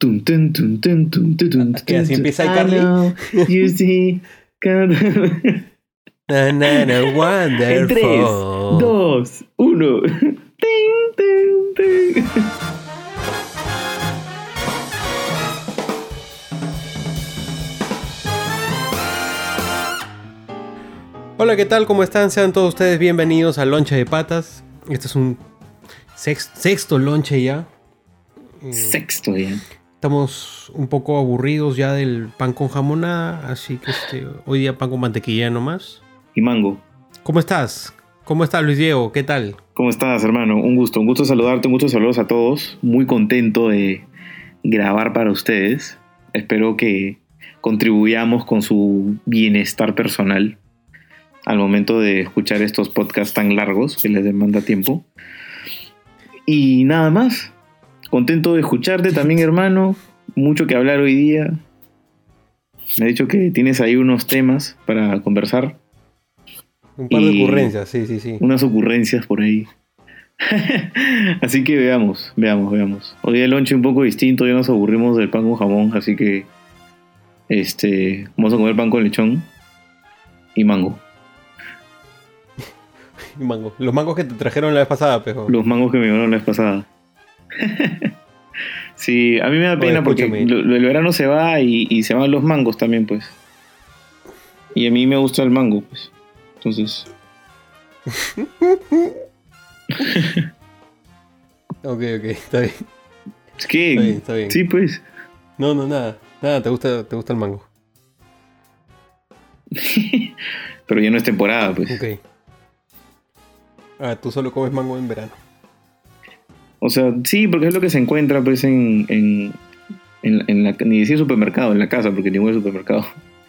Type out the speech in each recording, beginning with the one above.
Tum, tum, tum, tum, tum, tum, tum, Que así empieza iCarly. You see, Na, na, na, en 3, wonderful. 2, 1. Ting, ting, ting. Hola, ¿qué tal? ¿Cómo están? Sean todos ustedes bienvenidos a Lonche de Patas. Este es un sexto lonche ya. Sexto ya. Estamos un poco aburridos ya del pan con jamonada, así que hoy día pan con mantequilla nomás. Y mango. ¿Cómo estás? ¿Cómo estás, Luis Diego? ¿Qué tal? ¿Cómo estás, hermano? Un gusto saludarte, un gusto saludos a todos. Muy contento de grabar para ustedes. Espero que contribuyamos con su bienestar personal al momento de escuchar estos podcasts tan largos que les demanda tiempo. Y nada más. Contento de escucharte también, hermano. Mucho que hablar hoy día. Me ha dicho que tienes ahí unos temas para conversar. Un par de ocurrencias, sí. Unas ocurrencias por ahí. Así que veamos. Hoy día el lonche un poco distinto. Ya nos aburrimos del pan con jamón. Así que vamos a comer pan con lechón y mango. Y mango. Los mangos que te trajeron la vez pasada, pejo. Los mangos que me llevaron la vez pasada. Sí, a mí me da pena. Oye, porque el verano se va y se van los mangos también, pues. Y a mí me gusta el mango, pues. Entonces. Ok, está bien. Es que. Está bien. Sí, pues. No, nada. Nada, te gusta el mango. Pero ya no es temporada, pues. Ok. Ah, tú solo comes mango en verano. O sea, sí, porque es lo que se encuentra, pues, en la, ni decir supermercado, en la casa, porque ninguno es supermercado.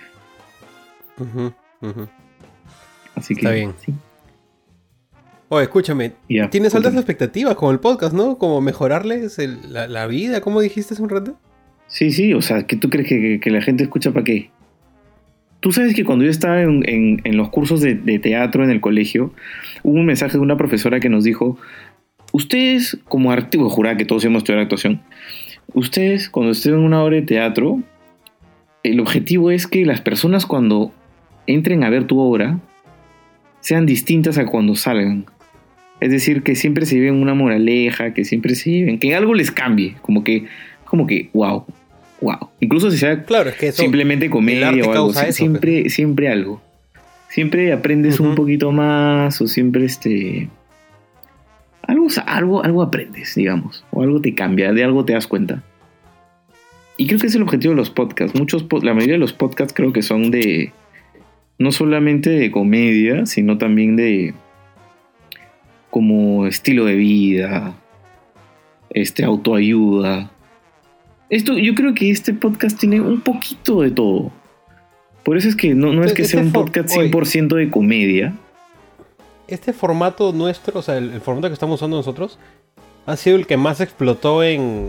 Así que. Está bien. Sí. Oye, escúchame. Ya, ¿Tienes altas cuéntame. expectativas con el podcast, no? Como mejorarles la vida, ¿cómo dijiste hace un rato? Sí, o sea, ¿qué tú crees que la gente escucha para qué? Tú sabes que cuando yo estaba en los cursos de teatro en el colegio, hubo un mensaje de una profesora que nos dijo: ustedes, como artistas, juraba que todos hemos estudiado actuación, ustedes, cuando estén en una obra de teatro, el objetivo es que las personas, cuando entren a ver tu obra, sean distintas a cuando salgan. Es decir, que siempre se lleven una moraleja, que siempre se lleven, que algo les cambie, como que wow. Incluso si sea Claro, es que eso, simplemente comedia el arte o algo, causa eso, siempre algo. Siempre aprendes un poquito más, o siempre algo aprendes, digamos, o algo te cambia, de algo te das cuenta. Y creo que es el objetivo de los podcasts. La mayoría de los podcasts creo que son no solamente de comedia, sino también de como estilo de vida, autoayuda. Yo creo que este podcast tiene un poquito de todo. Por eso es que no es que sea un podcast 100% de comedia. Este formato nuestro, o sea, el formato que estamos usando nosotros, ha sido el que más explotó en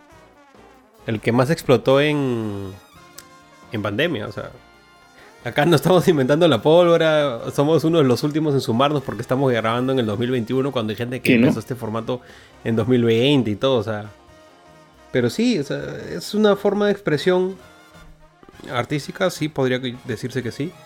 pandemia, o sea. Acá no estamos inventando la pólvora, somos uno de los últimos en sumarnos porque estamos grabando en el 2021 cuando hay gente que empezó este formato en 2020 y todo, o sea. Pero sí, o sea, es una forma de expresión artística, sí, podría decirse que sí.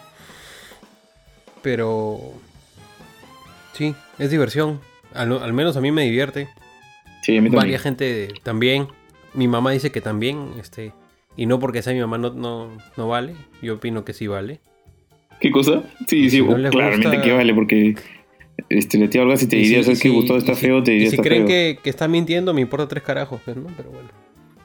Pero sí, es diversión. Al menos a mí me divierte. Sí, a mí también. Varia gente también. Mi mamá dice que también, y no porque sea mi mamá no vale. Yo opino que sí vale. ¿Qué cosa? Sí, si no claramente gusta, que vale, porque le tía algo así te diría, ¿sabes que Gustavo está feo? Te diría, si está creen feo. que está mintiendo, me importa 3 carajos, pues, ¿no? Pero bueno.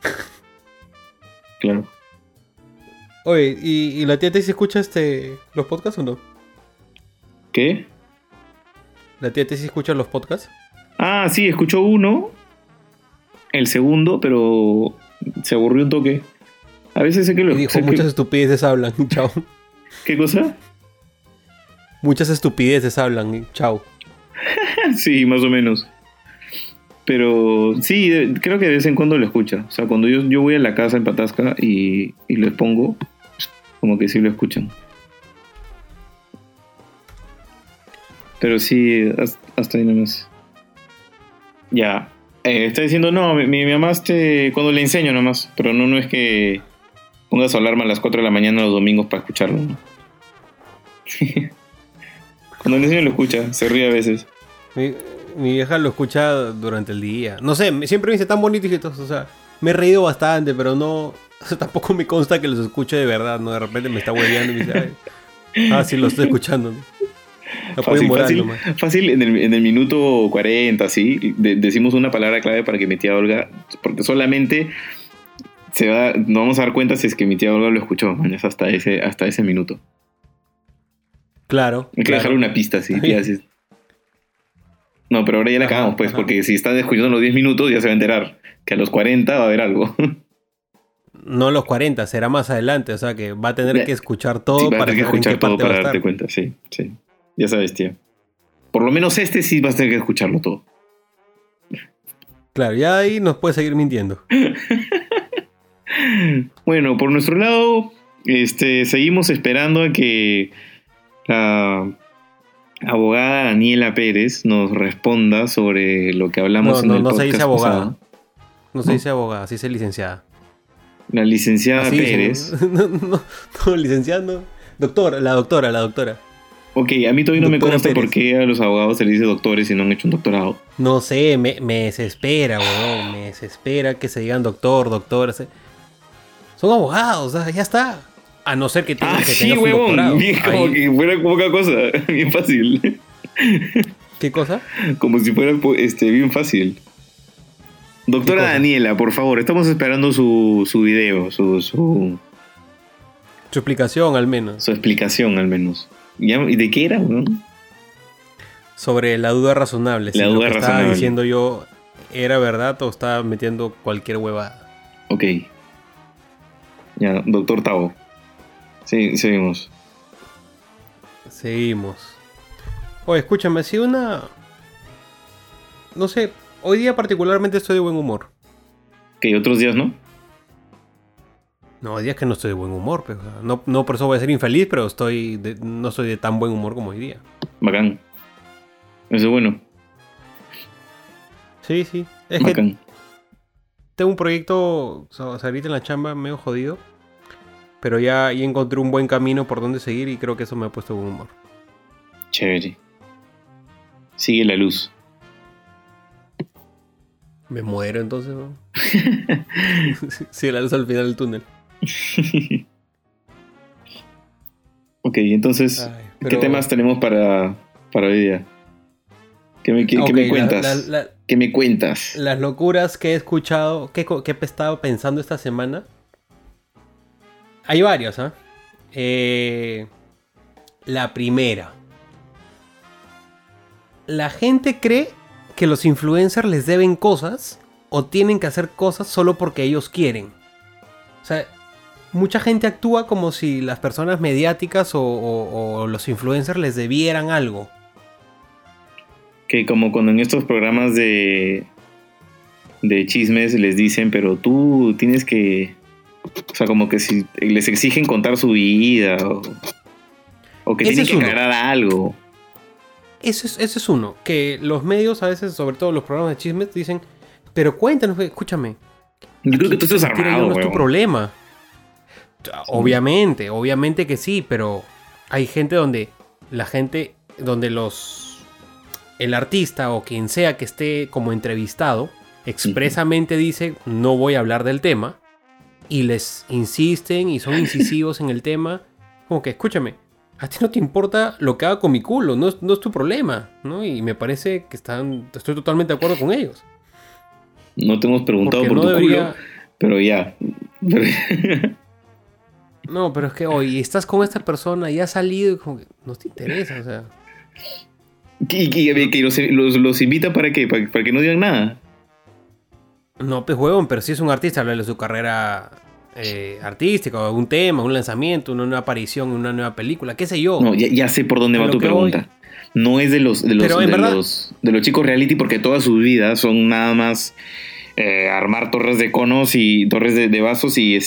Claro. Oye, ¿y la tía Tessy escucha los podcasts o no? ¿Qué? ¿La tía Tessy escucha los podcasts? Ah, sí, escuchó uno, el segundo, pero se aburrió un toque. A veces sé que lo... Y dijo, muchas estupideces hablan, chao. ¿Qué cosa? Muchas estupideces hablan, chao. Sí, más o menos. Pero sí, creo que de vez en cuando lo escucha. O sea, cuando yo voy a la casa en Patasca y les pongo, como que sí lo escuchan. Pero sí, hasta ahí nomás. Ya. Está diciendo, no, mi mamá cuando le enseño nomás, pero no es que ponga su alarma a las 4 de la mañana los domingos para escucharlo, ¿no? Cuando le enseño lo escucha, se ríe a veces. Mi vieja lo escucha durante el día. No sé, siempre me dice tan bonito, hijitos, o sea, me he reído bastante, pero no... O sea, tampoco me consta que los escuche de verdad, ¿no? De repente me está hueveando y me dice, sí, lo estoy escuchando, ¿no? Fácil en el minuto 40, ¿sí? Decimos una palabra clave para que mi tía Olga, porque solamente nos vamos a dar cuenta si es que mi tía Olga lo escuchó, man, es hasta ese minuto. Claro. Hay que dejarle una pista, ¿sí? Tía, ¿sí? No, pero ahora ya la cagamos, pues, porque si está escuchando los 10 minutos ya se va a enterar que a los 40 va a haber algo. No a los 40, será más adelante, o sea que va a tener que escuchar todo para darte cuenta, sí. Ya sabes, tía. Por lo menos sí vas a tener que escucharlo todo. Claro, ya ahí nos puede seguir mintiendo. Bueno, por nuestro lado, seguimos esperando a que la abogada Daniela Pérez nos responda sobre lo que hablamos en el podcast. No se dice abogada. Pasado. No se dice abogada, se dice licenciada. La licenciada Pérez. No, licenciada no. La doctora. Ok, a mí todavía no me consta por qué a los abogados se les dice doctores y no han hecho un doctorado. No sé, me desespera, weón. Me desespera que se digan doctora. Son abogados, ya está. A no ser que tengas que tener un doctorado. Bien, como que fuera poca cosa. Bien fácil. ¿Qué cosa? Como si fuera bien fácil. Doctora Daniela, por favor, estamos esperando su video, su explicación al menos. Su explicación al menos. ¿Y de qué era, no? Sobre la duda razonable. La duda razonable. Estaba diciendo yo, ¿era verdad o estaba metiendo cualquier huevada? Ok. Ya, doctor Tavo. Sí, seguimos. Oye, escúchame, si no sé, hoy día particularmente estoy de buen humor. ¿Que otros días no? No, hay días que no estoy de buen humor, pero no por eso voy a ser infeliz, pero no estoy de tan buen humor como hoy día. Bacán. Eso es bueno. Sí. Es bacán. Que tengo un proyecto, ahorita en la chamba medio jodido, pero ya encontré un buen camino por donde seguir y creo que eso me ha puesto de buen humor. Chévere. Sigue la luz. Me muero entonces, ¿no? Sigue la luz al final del túnel. Ok, entonces, ¿qué temas tenemos para hoy día? ¿Qué me cuentas? ¿Qué me cuentas? Las locuras que he escuchado, que he estado pensando esta semana. Hay varios, la primera. La gente cree que los influencers les deben cosas o tienen que hacer cosas solo porque ellos quieren. O sea, mucha gente actúa como si las personas mediáticas o los influencers les debieran algo. Que como cuando en estos programas de chismes les dicen, pero tú tienes que... O sea, como que si les exigen contar su vida o que tienen que aclarar algo. Eso es uno. Que los medios a veces, sobre todo los programas de chismes, dicen, pero cuéntanos, escúchame. Yo creo que tú estás armado, no es tu problema. Obviamente que sí, pero hay gente donde el artista o quien sea que esté como entrevistado expresamente dice, no voy a hablar del tema, y les insisten y son incisivos en el tema, como que escúchame, a ti no te importa lo que haga con mi culo, no es tu problema, ¿no? Y me parece que estoy totalmente de acuerdo con ellos. No te hemos preguntado por tu culo, pero ya. No, pero es que hoy estás con esta persona y has salido y como que no te interesa, o sea. Que los invita para qué, para que no digan nada. No, pues huevón, pero si es un artista, hablarle de su carrera artística, o algún tema, un lanzamiento, una nueva aparición, una nueva película, qué sé yo. No, ya sé por dónde va tu pregunta. No es de los chicos reality, porque toda su vida son nada más armar torres de conos y torres de vasos y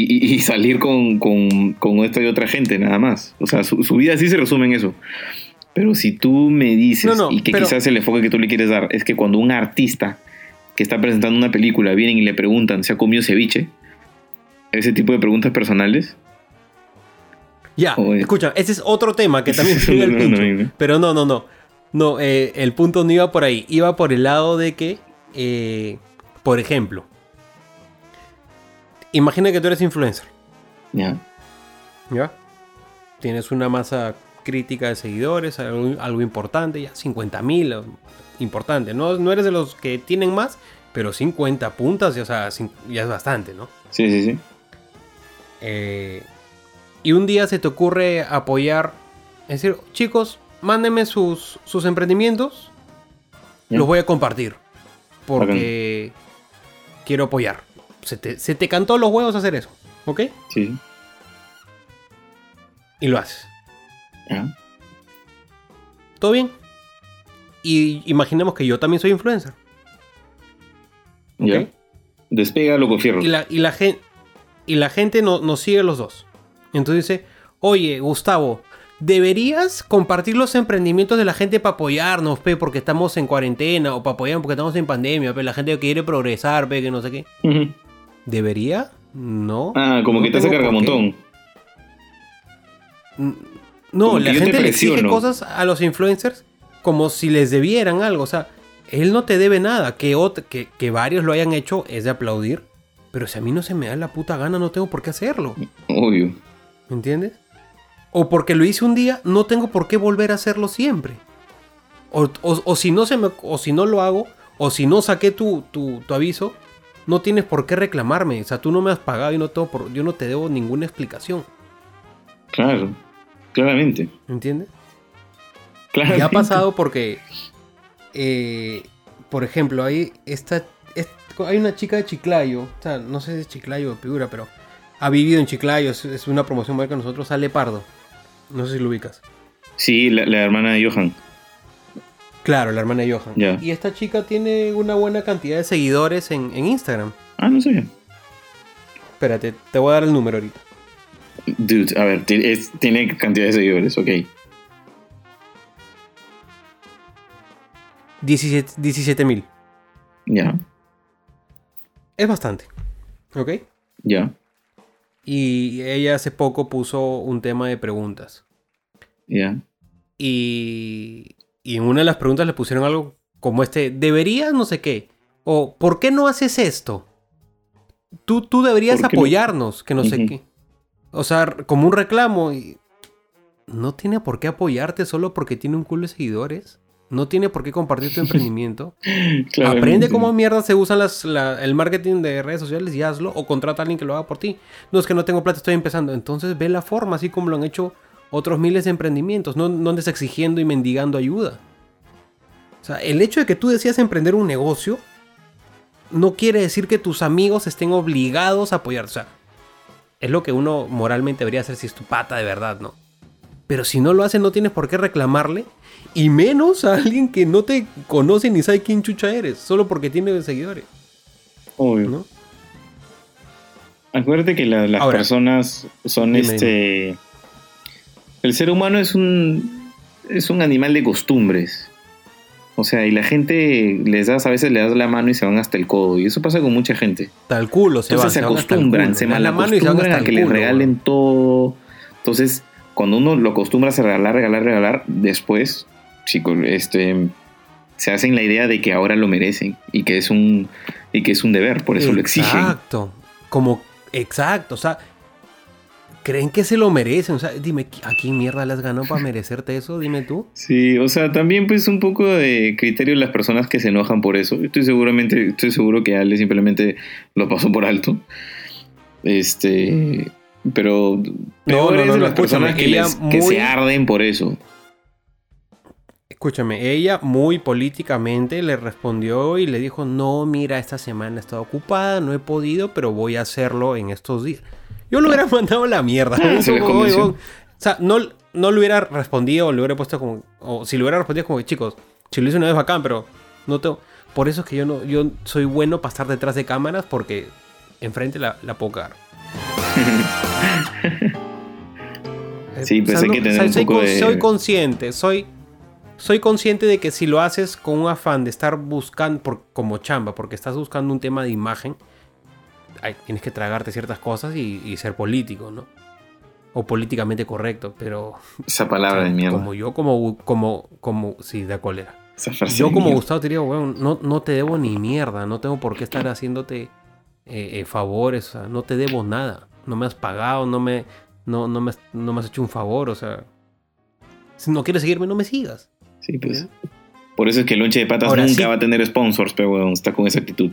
salir con esta y otra gente, nada más. O sea, su vida sí se resume en eso. Pero si tú me dices, No, y que pero... quizás el enfoque que tú le quieres dar es que cuando un artista que está presentando una película vienen y le preguntan si ha comido ceviche, ese tipo de preguntas personales. Ya, escucha, ese es otro tema que también tiene el pincho. Pero no. No, el punto no iba por ahí. Iba por el lado de que, por ejemplo, imagina que tú eres influencer. Ya. ¿Ya? Tienes una masa crítica de seguidores, algo importante, ya 50,000, importante. No eres de los que tienen más, pero 50 puntas, ya, o sea, ya es bastante, ¿no? Sí. Y un día se te ocurre apoyar, es decir, chicos, mándenme sus emprendimientos, los voy a compartir, porque quiero apoyar. Se te cantó los huevos hacer eso, ¿ok? Sí. Y lo haces. ¿Ya? ¿Todo bien? Y imaginemos que yo también soy influencer. ¿Ya? Despega lo confirmo. Y la gente nos sigue los dos. Entonces dice, oye, Gustavo, deberías compartir los emprendimientos de la gente para apoyarnos, porque estamos en cuarentena, o para apoyarnos porque estamos en pandemia, la gente que quiere progresar, que no sé qué. Uh-huh. ¿Debería? No. Como no que te hace cargamontón. No, la gente le exige cosas a los influencers como si les debieran algo. O sea, él no te debe nada. Que varios lo hayan hecho es de aplaudir. Pero si a mí no se me da la puta gana, no tengo por qué hacerlo. Obvio. ¿Me entiendes? O porque lo hice un día, no tengo por qué volver a hacerlo siempre. O si no lo hago, o si no saqué tu aviso, no tienes por qué reclamarme. O sea, tú no me has pagado y yo no te debo ninguna explicación. Claro, claramente. ¿Entiendes? Claramente. Y ha pasado porque, por ejemplo, hay una chica de Chiclayo, o sea, no sé si es Chiclayo o Piura, pero ha vivido en Chiclayo, es una promoción más que nosotros, Ale Pardo. No sé si lo ubicas. Sí, la hermana de Johan. Claro, la hermana de Johan. Yeah. Y esta chica tiene una buena cantidad de seguidores en Instagram. No sabía. Espérate, te voy a dar el número ahorita. Dude, a ver, tiene cantidad de seguidores, ok. 17,000. Ya. Es bastante. ¿Ok? Ya. Y ella hace poco puso un tema de preguntas. Ya. Y en una de las preguntas le pusieron algo como ¿deberías no sé qué? O ¿por qué no haces esto? Tú deberías apoyarnos, no? Que no sé qué. O sea, como un reclamo. Y no tiene por qué apoyarte solo porque tiene un culo de seguidores. No tiene por qué compartir tu emprendimiento. Aprende cómo mierda se usan el marketing de redes sociales y hazlo. O contrata a alguien que lo haga por ti. No, es que no tengo plata, estoy empezando. Entonces ve la forma, así como lo han hecho otros miles de emprendimientos. No andes exigiendo y mendigando ayuda. O sea, el hecho de que tú decidas emprender un negocio no quiere decir que tus amigos estén obligados a apoyarte. O sea, es lo que uno moralmente debería hacer si es tu pata de verdad, ¿no? Pero si no lo hace, no tienes por qué reclamarle. Y menos a alguien que no te conoce ni sabe quién chucha eres. Solo porque tiene seguidores. Obvio. ¿No? Acuérdate que las personas son dime. El ser humano es un animal de costumbres. O sea, y la gente a veces le das la mano y se van hasta el codo. Y eso pasa con mucha gente. Hasta el culo se Entonces van. Se malacostumbran a que les regalen todo. Entonces, cuando uno lo acostumbra a regalar, después, chicos, se hacen la idea de que ahora lo merecen y que es un deber, por eso lo exigen. Exacto, o sea, creen que se lo merecen. O sea, dime, ¿a quién mierda le has ganado para merecerte eso? Dime tú. Sí, o sea, también pues un poco de criterio de las personas que se enojan por eso. Estoy seguro que Ale simplemente lo pasó por alto. Pero peor es de las personas que se arden por eso. Escúchame, ella muy políticamente le respondió y le dijo, no, mira, esta semana he estado ocupada, no he podido, pero voy a hacerlo en estos días. Yo le hubiera mandado la mierda. O sea, no le hubiera respondido o le hubiera puesto como... O si le hubiera respondido como, chicos, si lo hice una vez bacán, pero no tengo... Por eso es que yo soy bueno para estar detrás de cámaras porque enfrente la puedo cagar. Sí, pues hay que tener un poco de... Soy consciente, soy soy consciente de que si lo haces con un afán de estar buscando, como chamba, porque estás buscando un tema de imagen, tienes que tragarte ciertas cosas y ser político, ¿no? O políticamente correcto, pero... Esa palabra de mierda. Como yo, sí, de cólera. Yo como Gustavo te digo, weón, no te debo ni mierda, no tengo por qué estar haciéndote favores, o sea, no te debo nada, no me has pagado, no me has hecho un favor, o sea, si no quieres seguirme, no me sigas. Sí, pues. Por eso es que el lonche de patas ahora nunca va a tener sponsors, pero weón, está con esa actitud.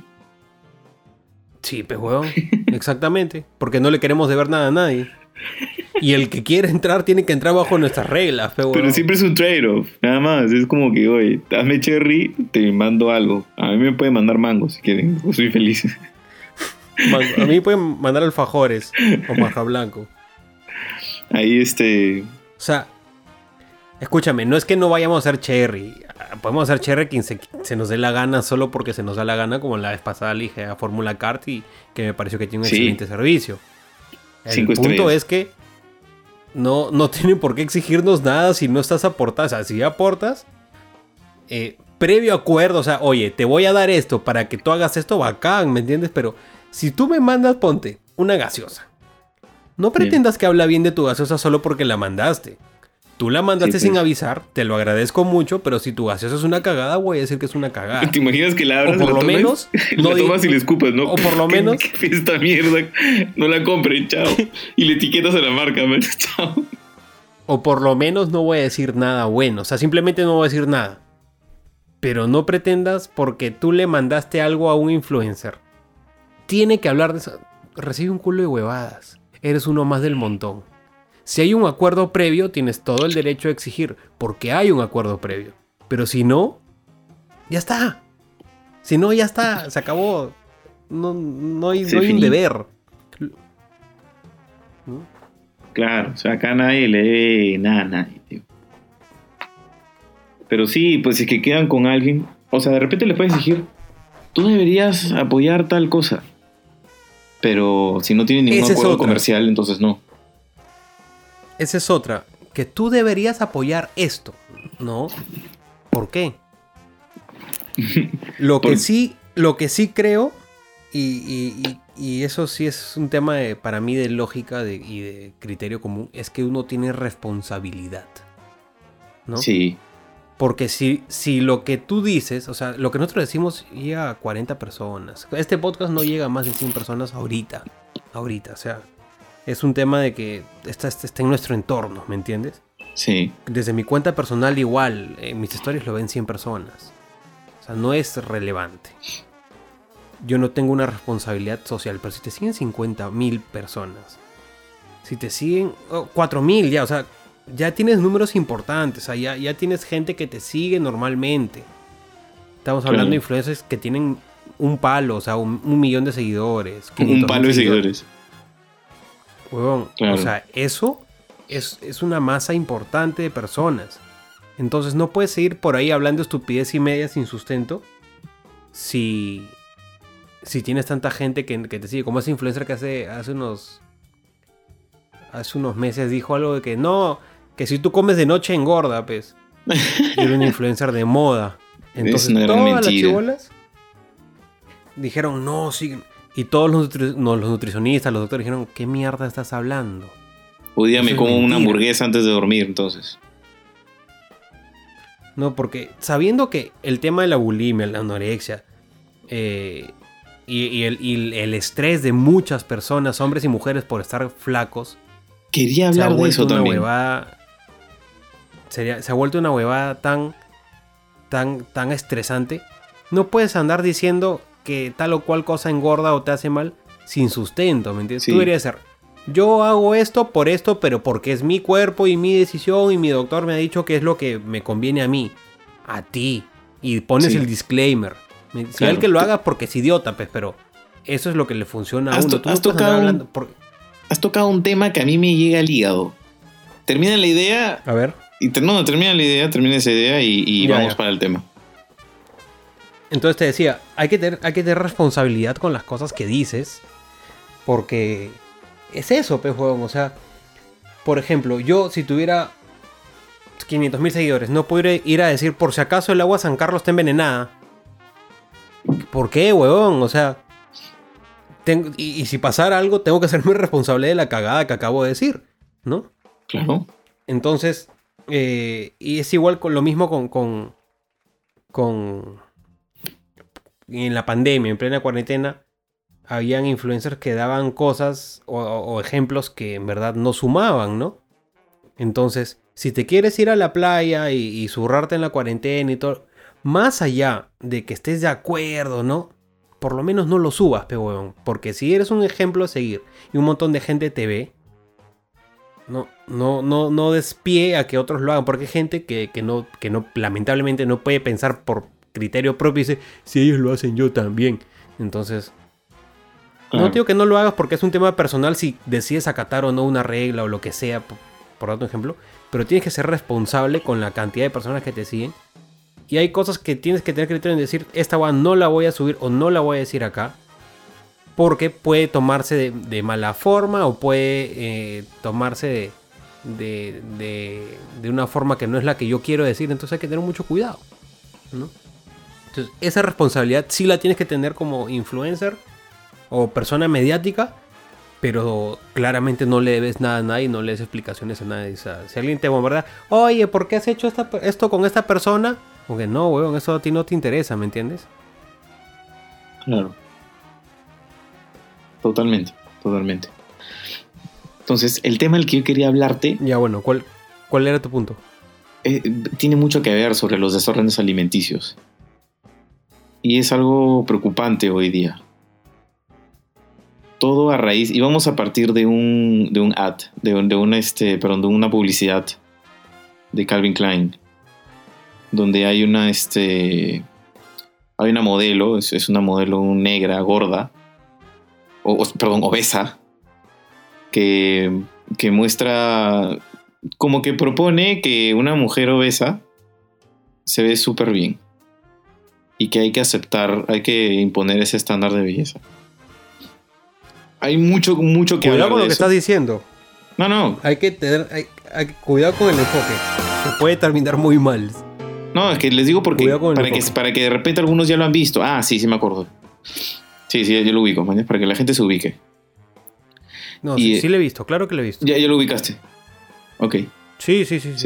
Sí, pues weón, exactamente, porque no le queremos deber nada a nadie. Y el que quiere entrar tiene que entrar bajo nuestras reglas, pero siempre es un trade-off, nada más. Es como que, oye, hazme cherry, te mando algo. A mí me pueden mandar mango si quieren, soy feliz. A mí pueden mandar alfajores o marja blanco. Ahí O sea, escúchame, no es que no vayamos a hacer cherry. Podemos hacer cherry quien se nos dé la gana solo porque se nos da la gana, como la vez pasada le dije a Fórmula Kart y que me pareció que tiene un excelente servicio. El punto es que no tienen por qué exigirnos nada si no estás aportando. O sea, si aportas, previo acuerdo, o sea, oye, te voy a dar esto para que tú hagas esto, bacán, ¿me entiendes? Pero si tú me mandas, ponte una gaseosa. No pretendas que habla bien de tu gaseosa solo porque la mandaste. Tú la mandaste sin avisar, te lo agradezco mucho, pero si tu gaseosa es una cagada, voy a decir que es una cagada. ¿Te imaginas que la abras, o por lo menos, la tomas y le escupas, ¿no? O por lo menos... ¿Qué esta mierda? No la compren, chao. Y le etiquetas a la marca, man. Chao. O por lo menos no voy a decir nada bueno. O sea, simplemente no voy a decir nada. Pero no pretendas porque tú le mandaste algo a un influencer. Tiene que hablar de eso. Recibe un culo de huevadas. Eres uno más del montón. Si hay un acuerdo previo, tienes todo el derecho a exigir, porque hay un acuerdo previo. Pero si no, ya está. Si no, ya está. Se acabó. No hay un deber. ¿No? Claro, o sea, acá nadie le debe nada a nadie, tío. Pero sí, pues si es que quedan con alguien, o sea, de repente le puedes exigir, tú deberías apoyar tal cosa. Pero si no tiene ningún acuerdo comercial, entonces no. Esa es otra. Que tú deberías apoyar esto. ¿No? ¿Por qué? Lo que sí creo, y eso sí es un tema para mí de lógica y de criterio común, es que uno tiene responsabilidad. ¿No? Sí. Porque si lo que tú dices, o sea, lo que nosotros decimos llega a 40 personas. Este podcast no llega a más de 100 personas ahorita, o sea... Es un tema de que está en nuestro entorno, ¿me entiendes? Sí. Desde mi cuenta personal igual, en mis historias lo ven 100 personas. O sea, no es relevante. Yo no tengo una responsabilidad social, pero si te siguen 50,000 personas, si te siguen 4,000 ya, o sea, ya tienes números importantes, o sea, ya tienes gente que te sigue normalmente. Estamos hablando de influencers que tienen un palo, o sea, un millón de seguidores. Un palo de seguidores. Huevón, claro. O sea, eso es una masa importante de personas. Entonces no puedes seguir por ahí hablando estupidez y media sin sustento si tienes tanta gente que te sigue. Como ese influencer que hace unos meses dijo algo de que no, que si tú comes de noche engorda, pues. Y era un influencer de moda. Entonces todas las chibolas dijeron no, sí. Y todos los nutricionistas, los doctores dijeron, ¿qué mierda estás hablando? Hoy día me como una hamburguesa antes de dormir, entonces. No, porque sabiendo que el tema de la bulimia, la anorexia, y el estrés de muchas personas, hombres y mujeres, por estar flacos. Quería hablar de eso también. Se ha vuelto una huevada tan estresante. No puedes andar diciendo que tal o cual cosa engorda o te hace mal sin sustento, ¿me entiendes? Sí. Tú deberías ser, yo hago esto, pero porque es mi cuerpo y mi decisión y mi doctor me ha dicho que es lo que me conviene a mí, a ti, y pones el disclaimer. Si hay que lo haga porque es idiota, pues, pero eso es lo que le funciona a uno. Has tocado un tema que a mí me llega al hígado. Termina la idea. A ver. Termina esa idea y vamos para el tema. Entonces te decía, hay que tener responsabilidad con las cosas que dices, porque es eso, pues, huevón. O sea, por ejemplo, yo si tuviera 500.000 seguidores. No puedo ir a decir, por si acaso el agua San Carlos está envenenada. ¿Por qué, huevón? O sea, y si pasara algo, tengo que hacerme responsable de la cagada que acabo de decir, ¿no? Claro. Entonces, y es igual con lo mismo con en la pandemia, en plena cuarentena, habían influencers que daban cosas o ejemplos que en verdad no sumaban, ¿no? Entonces, si te quieres ir a la playa y zurrarte en la cuarentena y todo, más allá de que estés de acuerdo, ¿no? Por lo menos no lo subas, pe huevón. Porque si eres un ejemplo a seguir y un montón de gente te ve, no des pie a que otros lo hagan. Porque hay gente que lamentablemente no puede pensar por criterio propio y dice, si ellos lo hacen, yo también. Entonces, no te digo que no lo hagas porque es un tema personal si decides acatar o no una regla o lo que sea, por dar un ejemplo. Pero tienes que ser responsable con la cantidad de personas que te siguen. Y hay cosas que tienes que tener criterio en decir, esta weá no la voy a subir o no la voy a decir acá. Porque puede tomarse de mala forma o puede tomarse de una forma que no es la que yo quiero decir. Entonces hay que tener mucho cuidado, ¿no? Entonces esa responsabilidad sí la tienes que tener como influencer o persona mediática. Pero claramente no le debes nada a nadie, no le des explicaciones a nadie. O sea, si alguien te bombarda, oye, ¿por qué has hecho esto con esta persona? Porque no, weón, eso a ti no te interesa, ¿me entiendes? Claro. Totalmente. Entonces, el tema del que yo quería hablarte... Ya, bueno, ¿cuál era tu punto? Tiene mucho que ver sobre los desórdenes alimenticios. Y es algo preocupante hoy día. Todo a raíz, y vamos a partir de un ad, de una publicidad de Calvin Klein, donde hay una modelo, es una modelo negra, gorda, obesa, que muestra, como que propone que una mujer obesa se ve súper bien y que hay que imponer ese estándar de belleza. Hay mucho que hablar de eso. Cuidado con lo que estás diciendo. No. Hay que cuidado con el enfoque. Que puede terminar muy mal. No, es que les digo porque para que de repente algunos ya lo han visto. Ah, sí me acuerdo. Sí, yo lo ubico, man, para que la gente se ubique. No, sí lo he visto, claro que lo he visto. Ya lo ubicaste. Ok. Sí.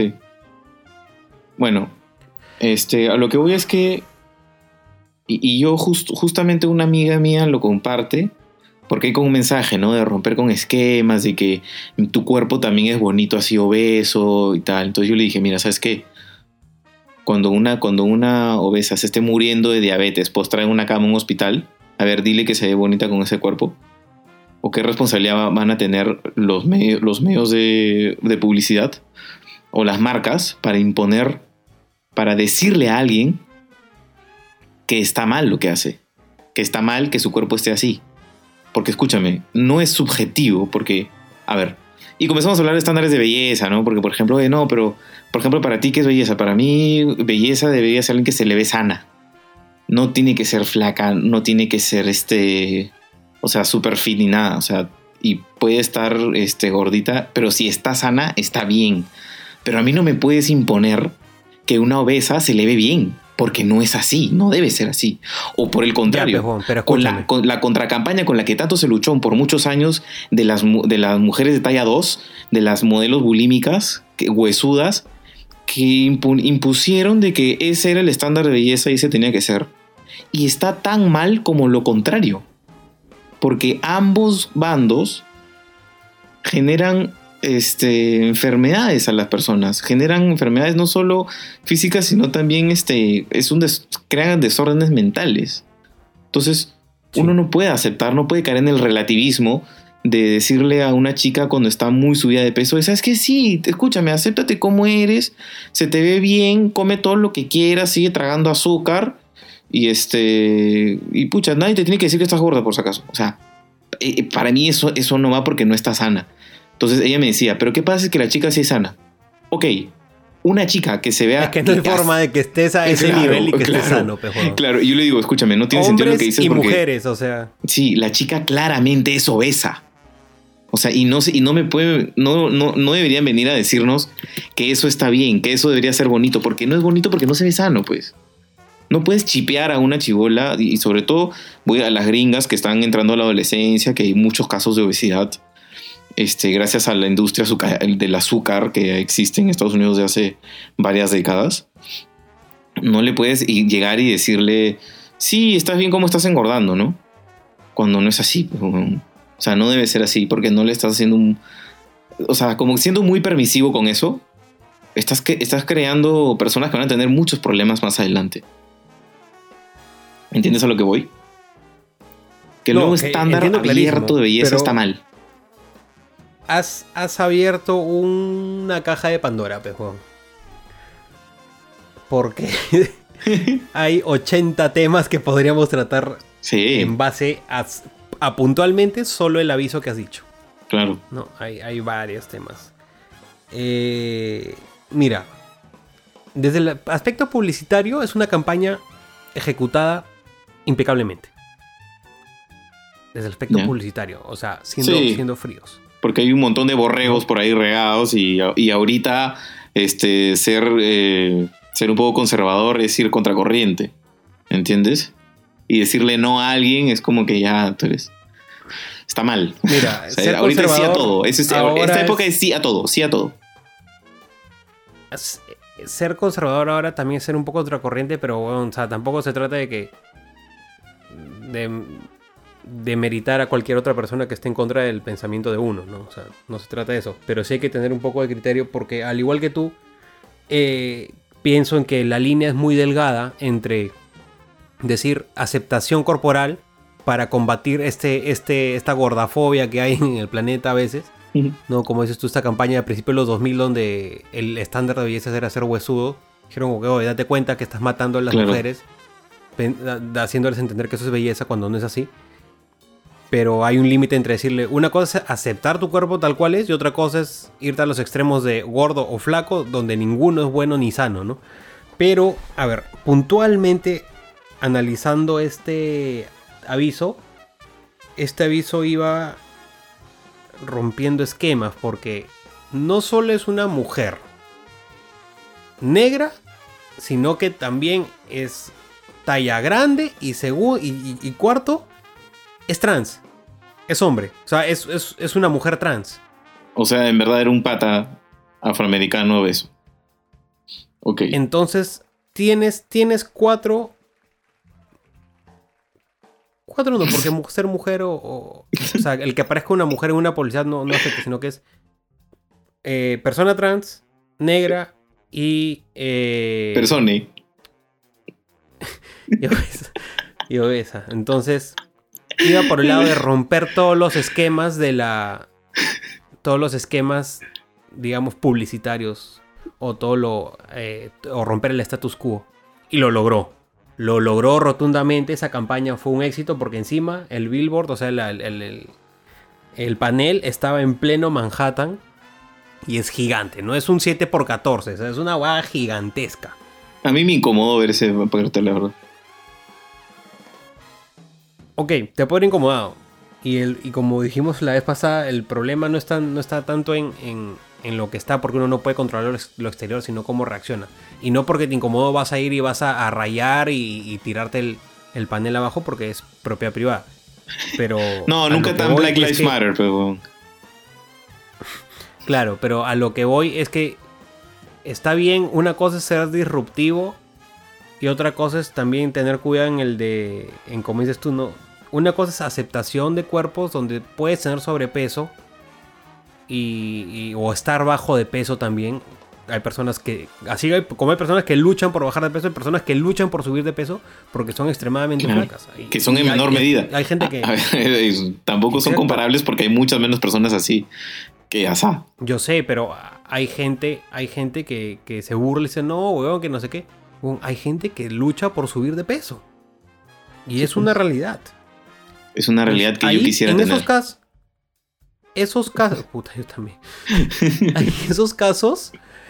Bueno, a lo que voy es que y yo justamente una amiga mía lo comparte. Porque hay como un mensaje, ¿no? De romper con esquemas, de que tu cuerpo también es bonito así obeso y tal. Entonces yo le dije, mira, ¿sabes qué? Cuando una obesa se esté muriendo de diabetes, postrada en una cama en un hospital, a ver, dile que se ve bonita con ese cuerpo. ¿O qué responsabilidad van a tener los medios de publicidad o las marcas para imponer, para decirle a alguien que está mal lo que hace? Que está mal que su cuerpo esté así. Porque escúchame, no es subjetivo, porque, a ver, y comenzamos a hablar de estándares de belleza, ¿no? Porque, por ejemplo, para ti, ¿qué es belleza? Para mí, belleza debería ser alguien que se le ve sana. No tiene que ser flaca, no tiene que ser, súper fit ni nada, o sea, y puede estar, gordita, pero si está sana, está bien. Pero a mí no me puedes imponer que una obesa se le ve bien. Porque no es así, no debe ser así. O por el contrario, ya, pero con la contracampaña con la que tanto se luchó por muchos años de las mujeres de talla 2, de las modelos bulímicas, huesudas, que impusieron de que ese era el estándar de belleza y ese tenía que ser. Y está tan mal como lo contrario. Porque ambos bandos generan enfermedades a las personas, generan enfermedades no solo físicas, sino también crean desórdenes mentales. Entonces, uno no puede aceptar, no puede caer en el relativismo de decirle a una chica cuando está muy subida de peso, ¿sabes qué? Sí, escúchame, acéptate como eres, se te ve bien, come todo lo que quieras, sigue tragando azúcar y pucha, nadie te tiene que decir que estás gorda por si acaso. O sea, para mí eso no va porque no está sana. Entonces ella me decía, ¿pero qué pasa si que la chica sí es sana? Ok, una chica que se vea... Es que no hay forma de que estés a ese nivel y que estés sano, peor. Claro, y yo le digo, escúchame, no tiene sentido lo que dices y porque... mujeres, o sea... Sí, la chica claramente es obesa. O sea, y no me puede, no deberían venir a decirnos que eso está bien, que eso debería ser bonito, porque no es bonito porque no se ve sano, pues. No puedes chipear a una chibola y sobre todo voy a las gringas que están entrando a la adolescencia, que hay muchos casos de obesidad, gracias a la industria del azúcar que existe en Estados Unidos de hace varias décadas. No le puedes llegar y decirle, sí, estás bien como estás engordando, ¿no? Cuando no es así. O sea, no debe ser así porque no le estás haciendo o sea, como siendo muy permisivo con eso, estás creando personas que van a tener muchos problemas más adelante. ¿Entiendes a lo que voy? Que el nuevo estándar abierto de belleza está mal. Has abierto una caja de Pandora, pejón. Porque hay 80 temas que podríamos tratar en base a puntualmente solo el aviso que has dicho. Claro. No, hay varios temas. Mira, desde el aspecto publicitario es una campaña ejecutada impecablemente. Desde el aspecto publicitario, o sea, siendo fríos. Porque hay un montón de borregos por ahí regados y ahorita ser un poco conservador es ir contracorriente, ¿entiendes? Y decirle no a alguien es como que ya tú eres... Está mal. Mira, o sea, ahorita sí a todo. Esta época es sí a todo, sí a todo. Ser conservador ahora también es ser un poco contracorriente, pero bueno, o sea, tampoco se trata de meritar a cualquier otra persona que esté en contra del pensamiento de uno, ¿no? O sea, no se trata de eso. Pero sí hay que tener un poco de criterio porque, al igual que tú, pienso en que la línea es muy delgada entre decir aceptación corporal para combatir esta gordafobia que hay en el planeta a veces, ¿no? Como dices tú, esta campaña de principios de los 2000 donde el estándar de belleza era ser huesudo. Dijeron como que, oye, date cuenta que estás matando a las mujeres, haciéndoles entender que eso es belleza cuando no es así. Pero hay un límite entre decirle, una cosa es aceptar tu cuerpo tal cual es y otra cosa es irte a los extremos de gordo o flaco, donde ninguno es bueno ni sano, ¿no? Pero, a ver, puntualmente analizando este aviso iba rompiendo esquemas porque no solo es una mujer negra, sino que también es talla grande y cuarto, es trans. Es hombre. O sea, es una mujer trans. O sea, en verdad era un pata afroamericano obeso. Ok. Entonces, tienes cuatro... Cuatro no, porque ser mujer o sea, el que aparezca una mujer en una publicidad no afecta, sino que es persona trans, negra y... Persone. Y obesa. Entonces... iba por el lado de romper todos los esquemas digamos, publicitarios o o romper el status quo. Y lo logró. Lo logró rotundamente. Esa campaña fue un éxito porque encima el billboard, o sea, el panel estaba en pleno Manhattan y es gigante. No es un 7x14, o sea, es una guada gigantesca. A mí me incomodó ver ese cartel, la verdad. Ok, te puede haber incomodado. Y como dijimos la vez pasada, el problema no está tanto en lo que está, porque uno no puede controlar lo exterior, sino cómo reacciona. Y no porque te incomodó vas a ir y vas a rayar y tirarte el panel abajo porque es propiedad privada. Pero no, nunca tan Black Lives Matter, pero... Claro, pero a lo que voy es que está bien, una cosa es ser disruptivo y otra cosa es también tener cuidado en como dices tú, no. Una cosa es aceptación de cuerpos donde puedes tener sobrepeso o estar bajo de peso también. Hay personas como hay personas que luchan por bajar de peso, hay personas que luchan por subir de peso porque son extremadamente flacas. Que son en menor medida. Hay gente que... tampoco son comparables porque hay muchas menos personas así que asá. Yo sé, pero hay gente que se burla y dice, no, weón, que no sé qué. Hay gente que lucha por subir de peso. Y es una realidad. Es una realidad que yo quisiera tener. Esos casos... Puta, yo también. Esos casos...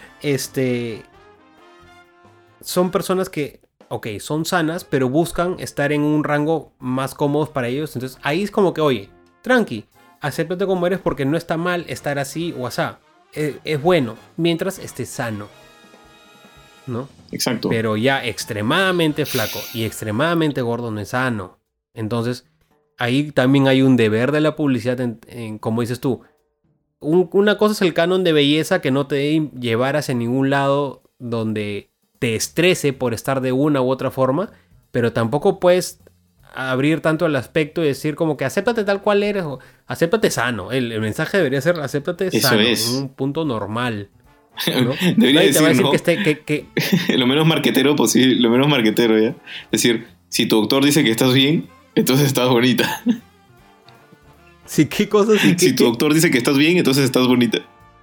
son personas que, ok, son sanas, pero buscan estar en un rango más cómodo para ellos. Entonces ahí es como que, oye, tranqui, acéptate como eres porque no está mal estar así o asá. Es bueno, mientras estés sano, ¿no? Exacto. Pero ya extremadamente flaco y extremadamente gordo no es sano. Entonces, ahí también hay un deber de la publicidad, como dices tú. Una cosa es el canon de belleza que no te debe llevar hacia ningún lado donde te estrese por estar de una u otra forma, pero tampoco puedes abrir tanto el aspecto y decir como que acéptate tal cual eres o acéptate sano. El mensaje debería ser acéptate Eso sano, es. en un punto normal, ¿no? Debería Nadie decir, te va a decir ¿no? que Lo menos marquetero posible, lo menos marquetero, ¿ya? Es decir, si tu doctor dice que estás bien, entonces estás bonita. Sí, ¿qué cosas? Sí, Si tu doctor dice que estás bien, entonces estás bonita.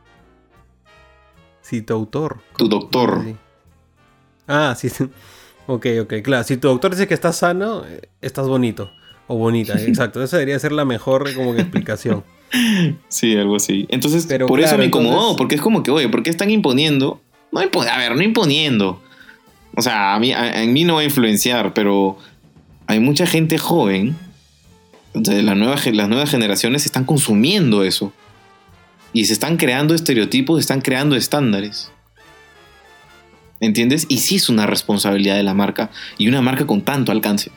Si tu autor. Tu doctor. Sí. Ah, sí. Ok, claro. Si tu doctor dice que estás sano, estás bonito. O bonita, exacto. Esa debería ser la mejor como que explicación. Sí, algo así. Entonces, Pero por eso claro, me incomodó, entonces- porque es como que, oye, ¿por qué están imponiendo? No imponiendo. O sea, en mí no va a influenciar, pero hay mucha gente joven. Entonces, las nuevas generaciones están consumiendo eso. Y se están creando estereotipos, se están creando estándares. ¿Entiendes? Y sí es una responsabilidad de la marca. Y una marca con tanto alcance.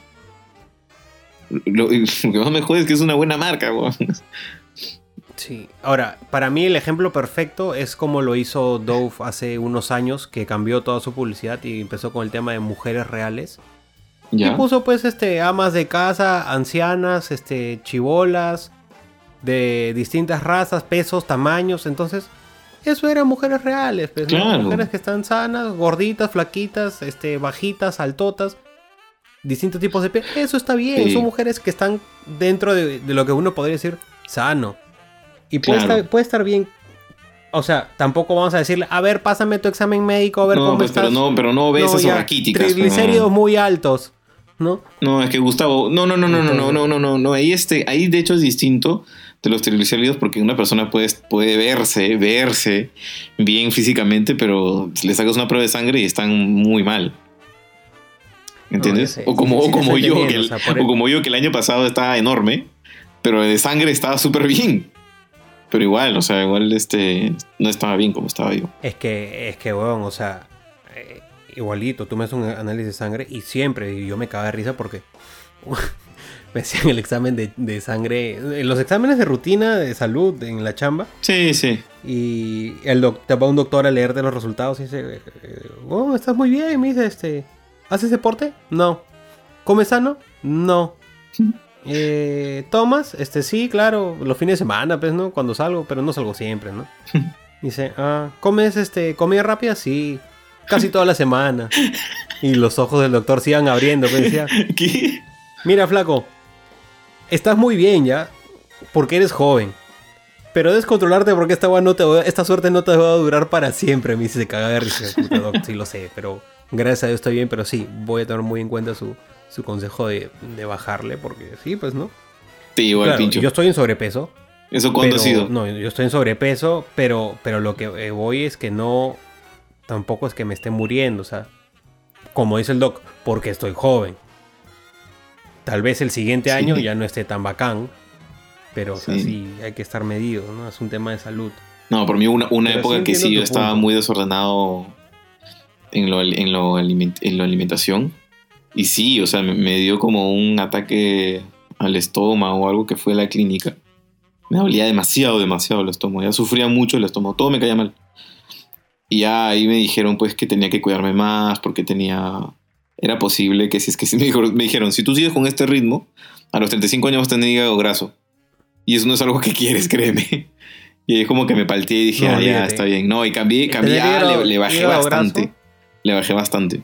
Lo que más me jode es que es una buena marca, weón. Sí. Ahora, para mí el ejemplo perfecto es como lo hizo Dove hace unos años, que cambió toda su publicidad y empezó con el tema de mujeres reales. ¿Ya? Y puso pues amas de casa, ancianas, chibolas, de distintas razas, pesos, tamaños. Entonces, eso eran mujeres reales, pues, ¿no? Claro. Mujeres que están sanas, gorditas, flaquitas, bajitas, altotas, distintos tipos de piel. Eso está bien, Sí. son mujeres que están dentro de lo que uno podría decir sano. Y Claro. puede estar bien. O sea, tampoco vamos a decirle, a ver, pásame tu examen médico, a ver No, cómo pues, estás. pero no obesas o ya, raquíticas. triglicéridos muy altos, ¿no? No, es que Gustavo, no. Ahí de hecho es distinto de los triglicéridos porque una persona puede verse bien físicamente, pero le sacas una prueba de sangre y están muy mal. ¿Entiendes? No, yo sé, o como sí, te estoy yo, entendiendo, o como yo, que el año pasado estaba enorme, pero de sangre estaba súper bien. Pero igual, o sea, no estaba bien como estaba yo. Es que, weón, o sea, igualito, tú me haces un análisis de sangre y siempre, y yo me cago de risa porque me hacían el examen de sangre, en los exámenes de rutina de salud en la chamba, Sí. y te va un doctor a leerte los resultados y dice, oh, estás muy bien, me dice, ¿haces deporte? No. ¿Comes sano? No. ¿Tomas? Sí, claro, los fines de semana, pues, ¿no? Cuando salgo, pero no salgo siempre, ¿no? Dice, ¿comes comida rápida? Sí, casi toda la semana. Y los ojos del doctor se iban abriendo, pues decía, ¿Qué? mira, flaco, estás muy bien ya, porque eres joven. Pero debes controlarte porque esta suerte no te va a durar para siempre. Me dice, se caga de risa. Puta, doc, sí lo sé, pero gracias a Dios estoy bien, pero sí, voy a tener muy en cuenta su consejo de bajarle, porque sí, pues, ¿no? Sí, igual, Claro, pincho. yo estoy en sobrepeso. ¿Eso cuándo Pero, ha sido? no, yo estoy en sobrepeso, pero lo que voy es que no, tampoco es que me esté muriendo, o sea, como dice el doc, porque estoy joven. Tal vez el siguiente Sí. año ya no esté tan bacán, pero o sea, Sí. sí, hay que estar medido, ¿no? Es un tema de salud. No, por mí una Pero época sí que sí entiendo yo tu estaba punto. muy desordenado en la alimentación. Y sí, o sea, me dio como un ataque al estómago o algo que fue a la clínica. Me dolía demasiado el estómago. Ya sufría mucho el estómago. Todo me caía mal. Y ya ahí me dijeron pues que tenía que cuidarme más porque era posible que si es que me dijeron, si tú sigues con este ritmo, a los 35 años vas a tener hígado graso. Y eso no es algo que quieres, créeme. Y ahí como que me palteé y dije, No, ya, olvídate. está bien. No, y cambié, Tener le bajé hígado bastante. graso. Le bajé bastante.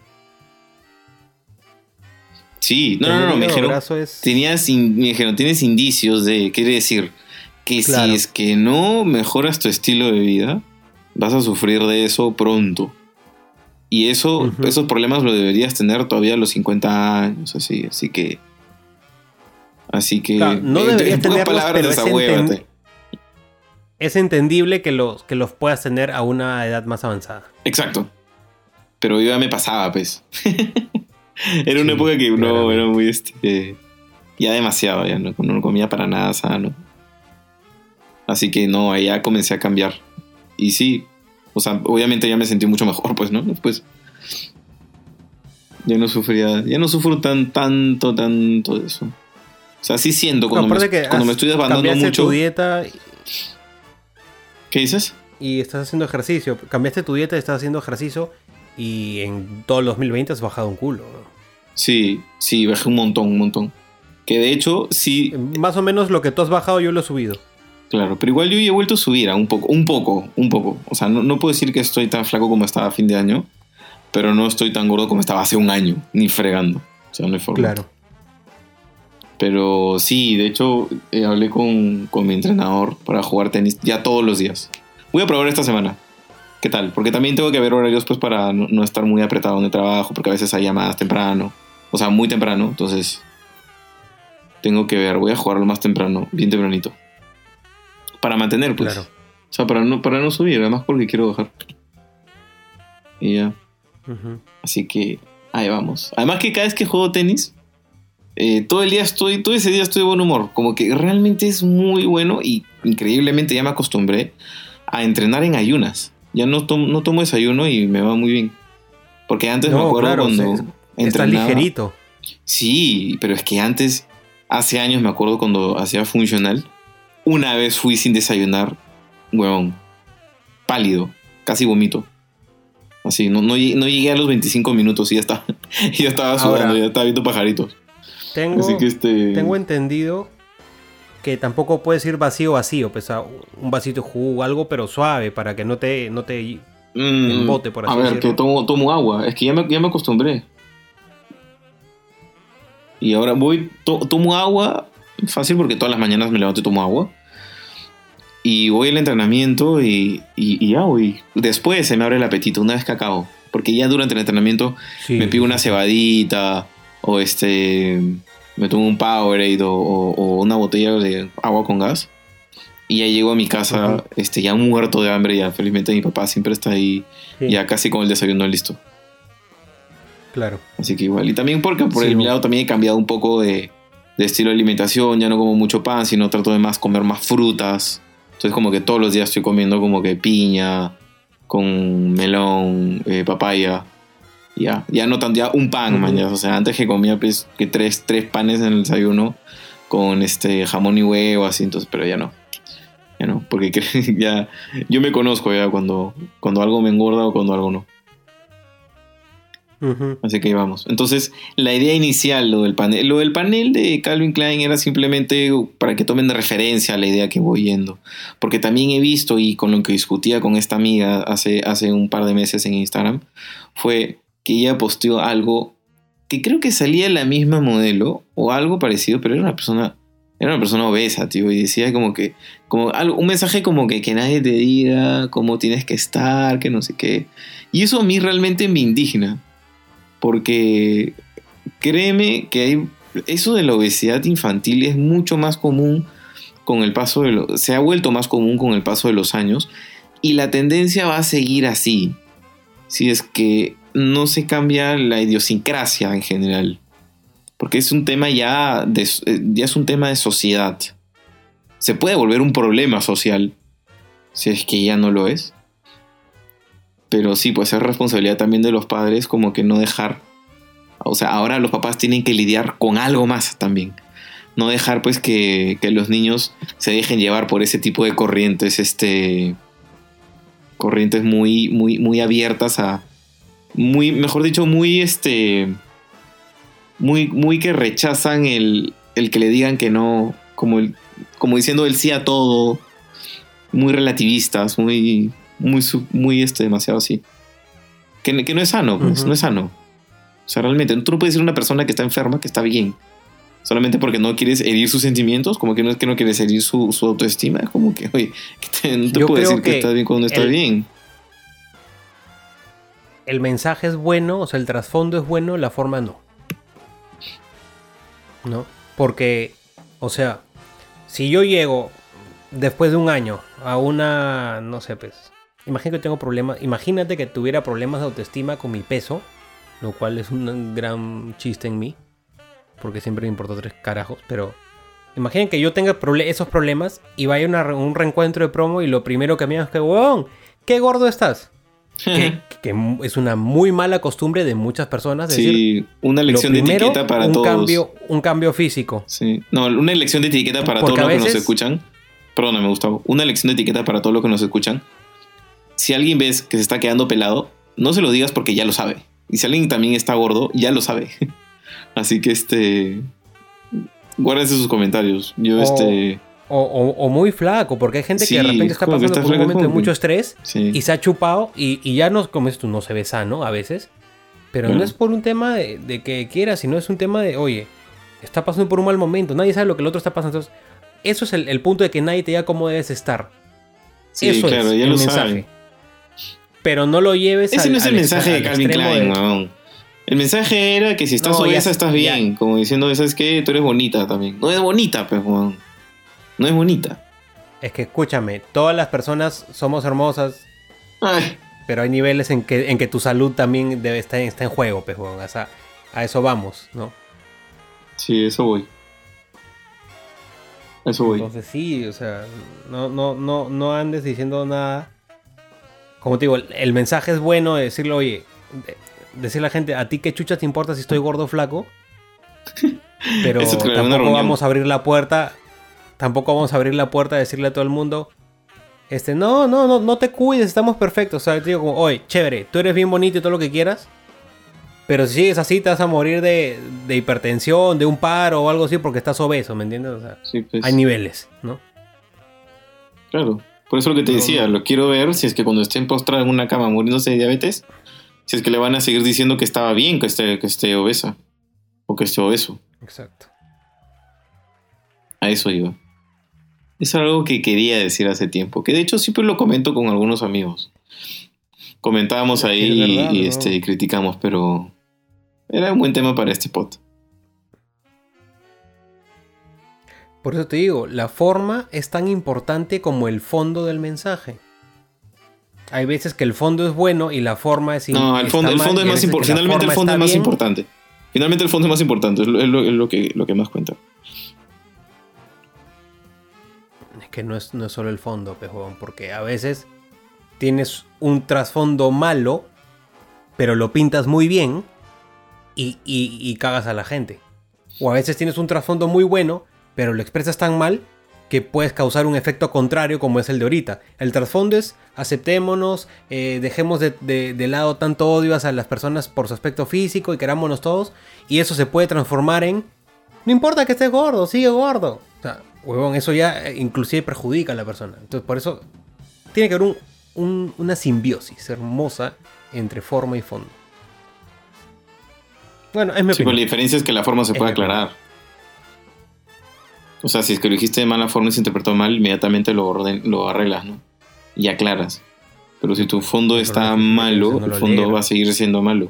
Sí, Tener me hígado dijeron, graso es... me dijeron, tienes indicios de, quiere decir, que Claro. si es que no mejoras tu estilo de vida, vas a sufrir de eso pronto. Y Ujú. esos problemas lo deberías tener todavía a los 50 años, así que... Claro, no en deberías pocas tenerlos, palabras, pero desahuévate. es entendible que los puedas tener a una edad más avanzada. Exacto. Pero yo ya me pasaba, pues. Era una Sí, época que no claramente. era muy ya demasiado, ya no comía para nada sano. Así que no, ahí ya comencé a cambiar. Y sí, o sea, obviamente ya me sentí mucho mejor, pues, ¿no? Después ya no sufro tanto de eso. O sea, sí siento cuando me estoy desbandando mucho. Tu dieta. ¿Qué dices? Y estás haciendo ejercicio. Cambiaste tu dieta y estás haciendo ejercicio. Y en todo el 2020 has bajado un culo, ¿no? Sí, bajé un montón. Que de hecho, sí. Más o menos lo que tú has bajado, yo lo he subido. Claro, pero igual yo he vuelto a subir un poco. O sea, no puedo decir que estoy tan flaco como estaba a fin de año, pero no estoy tan gordo como estaba hace un año, ni fregando. O sea, no hay forma. Claro. Pero sí, de hecho, hablé con mi entrenador para jugar tenis ya todos los días. Voy a probar esta semana. ¿Qué tal? Porque también tengo que ver horarios pues para no estar muy apretado en el trabajo, porque a veces hay llamadas temprano. O sea, muy temprano, entonces tengo que ver. Voy a jugarlo más temprano, bien tempranito. Para mantener, pues. Claro. O sea, para no subir, además porque quiero bajar. Y ya. Uh-huh. Así que ahí vamos. Además que cada vez que juego tenis, todo ese día estoy de buen humor. Como que realmente es muy bueno y increíblemente ya me acostumbré a entrenar en ayunas. Ya no tomo desayuno y me va muy bien. Porque antes me acuerdo cuando entrenaba. Está ligerito. Sí, pero es que antes, hace años me acuerdo cuando hacía funcional. Una vez fui sin desayunar, huevón, pálido, casi vomito. Así, no llegué a los 25 minutos y ya estaba sudando, ya estaba viendo pajaritos. Tengo entendido que tampoco puedes ir vacío, pues un vasito de jugo o algo, pero suave, para que no te embote, por así decirlo. A ver, que tomo agua, es que ya me acostumbré. Y ahora tomo agua, fácil porque todas las mañanas me levanto y tomo agua. Y voy al entrenamiento y ya voy. Después se me abre el apetito una vez que acabo. Porque ya durante el entrenamiento me pido una cebadita o me tomo un Powerade o una botella de agua con gas. Y ya llego a mi casa ya muerto de hambre. Ya felizmente mi papá siempre está ahí ya casi con el desayuno listo. Claro. Así que igual. Y también porque por el lado también he cambiado un poco de estilo de alimentación. Ya no como mucho pan, sino trato de comer más frutas. Entonces como que todos los días estoy comiendo como que piña con melón, papaya. Ya no tanto, ya un pan, mañana. O sea, antes que comía pues, que tres panes en el desayuno con jamón y huevo, así. Entonces, pero ya no, porque ya yo me conozco ya cuando algo me engorda o cuando algo no. Uh-huh. Así que ahí vamos. Entonces, la idea inicial, lo del panel de Calvin Klein era simplemente para que tomen de referencia a la idea que voy yendo. Porque también he visto, y con lo que discutía con esta amiga hace un par de meses en Instagram, fue que ella posteó algo que creo que salía la misma modelo o algo parecido, pero era una persona obesa, tío, y decía un mensaje como que nadie te diga cómo tienes que estar, que no sé qué. Y eso a mí realmente me indigna. Porque créeme que eso de la obesidad infantil es mucho más común se ha vuelto más común con el paso de los años y la tendencia va a seguir así si es que no se cambia la idiosincrasia en general, porque es un tema ya es un tema de sociedad. Se puede volver un problema social si es que ya no lo es. Pero sí, pues es responsabilidad también de los padres como que no dejar. O sea, ahora los papás tienen que lidiar con algo más también. No dejar pues que los niños se dejen llevar por ese tipo de corrientes, corrientes muy, muy, muy abiertas mejor dicho, muy muy que rechazan el que le digan que no, como diciendo el sí a todo, muy relativistas, muy demasiado así. Que no es sano, pues, uh-huh. No es sano. O sea, realmente, tú no puedes decir a una persona que está enferma que está bien. Solamente porque no quieres herir sus sentimientos, como que no es que no quieres herir su autoestima. Es como que, oye, no te puedo decir que estás bien cuando no estás bien. El mensaje es bueno, o sea, el trasfondo es bueno, la forma no. ¿No? Porque, o sea, si yo llego después de un año a una, no sé, pues, imagínate que tuviera problemas de autoestima con mi peso, lo cual es un gran chiste en mí, porque siempre me importó 3 carajos, pero Imaginen que yo tenga esos problemas y vaya a un reencuentro de promo y lo primero que me digan es que, huevón, ¿qué gordo estás? que es una muy mala costumbre de muchas personas. Sí, decir, una elección de etiqueta para todos. Un cambio físico. Sí, no, una elección de etiqueta para todos los que nos escuchan. Perdóname, Gustavo. Una elección de etiqueta para todos los que nos escuchan. Si alguien ves que se está quedando pelado, no se lo digas porque ya lo sabe. Y si alguien también está gordo, ya lo sabe. Así que guárdense sus comentarios. O muy flaco, porque hay gente que de repente está pasando por un momento de mucho estrés y se ha chupado y ya no, como dices tú, no se ve sano a veces. Pero no es por un tema de que quiera, sino es un tema de, oye, está pasando por un mal momento, nadie sabe lo que el otro está pasando. Entonces, eso es el punto de que nadie te diga cómo debes estar. Sí, eso claro, es ya el lo mensaje. Saben. Pero no lo lleves ese no es el mensaje de Calvin Klein, no. El mensaje era que si estás obesa estás bien. Como diciendo, ¿sabes qué? Tú eres bonita también. No es bonita, pues, Juan. No es bonita. Es que escúchame, todas las personas somos hermosas. Ay. Pero hay niveles en que tu salud también debe estar en juego, pues, Juan. O sea, a eso vamos, ¿no? Sí, eso voy. Entonces sí, o sea, no andes diciendo nada. Como te digo, el mensaje es bueno de decirle, oye, decirle a la gente, ¿a ti qué chucha te importa si estoy gordo o flaco? Pero tampoco vamos a abrir la puerta. Tampoco vamos a abrir la puerta a decirle a todo el mundo, no te cuides, estamos perfectos. O sea, te digo como, oye, chévere, tú eres bien bonito y todo lo que quieras, pero si sigues así te vas a morir de hipertensión, de un paro o algo así porque estás obeso, ¿me entiendes? O sea, sí, pues. Hay niveles, ¿no? Claro, por eso lo que te decía, lo quiero ver si es que cuando estén postrado en una cama muriéndose de diabetes, si es que le van a seguir diciendo que estaba bien que esté obesa o que esté obeso. Exacto. A eso iba. Es algo que quería decir hace tiempo, que de hecho siempre lo comento con algunos amigos. Comentábamos ahí verdad, y criticamos, pero era un buen tema para este pod. Por eso te digo, la forma es tan importante como el fondo del mensaje. Hay veces que el fondo es bueno y la forma es no, el fondo es más importante. Finalmente el fondo es más importante. Finalmente el fondo es más importante, es lo que más cuenta. Es que no es solo el fondo, pejón, porque a veces tienes un trasfondo malo, pero lo pintas muy bien y cagas a la gente. O a veces tienes un trasfondo muy bueno, pero lo expresas tan mal que puedes causar un efecto contrario como es el de ahorita. El trasfondo es aceptémonos, dejemos de lado tanto odio hacia las personas por su aspecto físico y querámonos todos, y eso se puede transformar en no importa que estés gordo, sigue gordo. O sea, huevón, eso ya inclusive perjudica a la persona. Entonces por eso tiene que haber una simbiosis hermosa entre forma y fondo. Bueno, es mi opinión. Sí, pero la diferencia es que la forma se puede aclarar. O sea, si es que lo dijiste de mala forma y se interpretó mal, inmediatamente lo arreglas, ¿no? Y aclaras. Pero si tu fondo está malo, el fondo va a seguir siendo malo.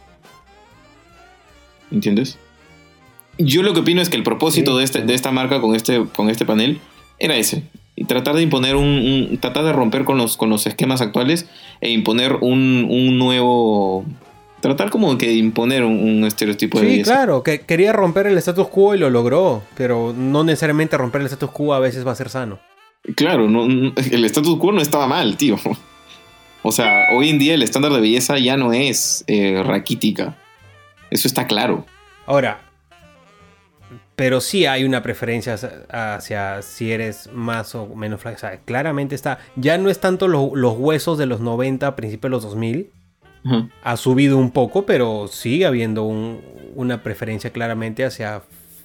¿Entiendes? Yo lo que opino es que el propósito de esta marca con este panel era ese. Y tratar de imponer tratar de romper con los esquemas actuales e imponer un nuevo... Tratar como que de imponer un estereotipo de belleza. Sí, claro, que quería romper el status quo y lo logró, pero no necesariamente romper el status quo a veces va a ser sano. Claro, el status quo no estaba mal, tío. O sea, hoy en día el estándar de belleza ya no es raquítica. Eso está claro. Ahora, pero sí hay una preferencia hacia si eres más o menos flaco. O sea, claramente está. Ya no es tanto los huesos de los 90, principios de los 2000. Uh-huh. Ha subido un poco, pero sigue habiendo una preferencia claramente hacia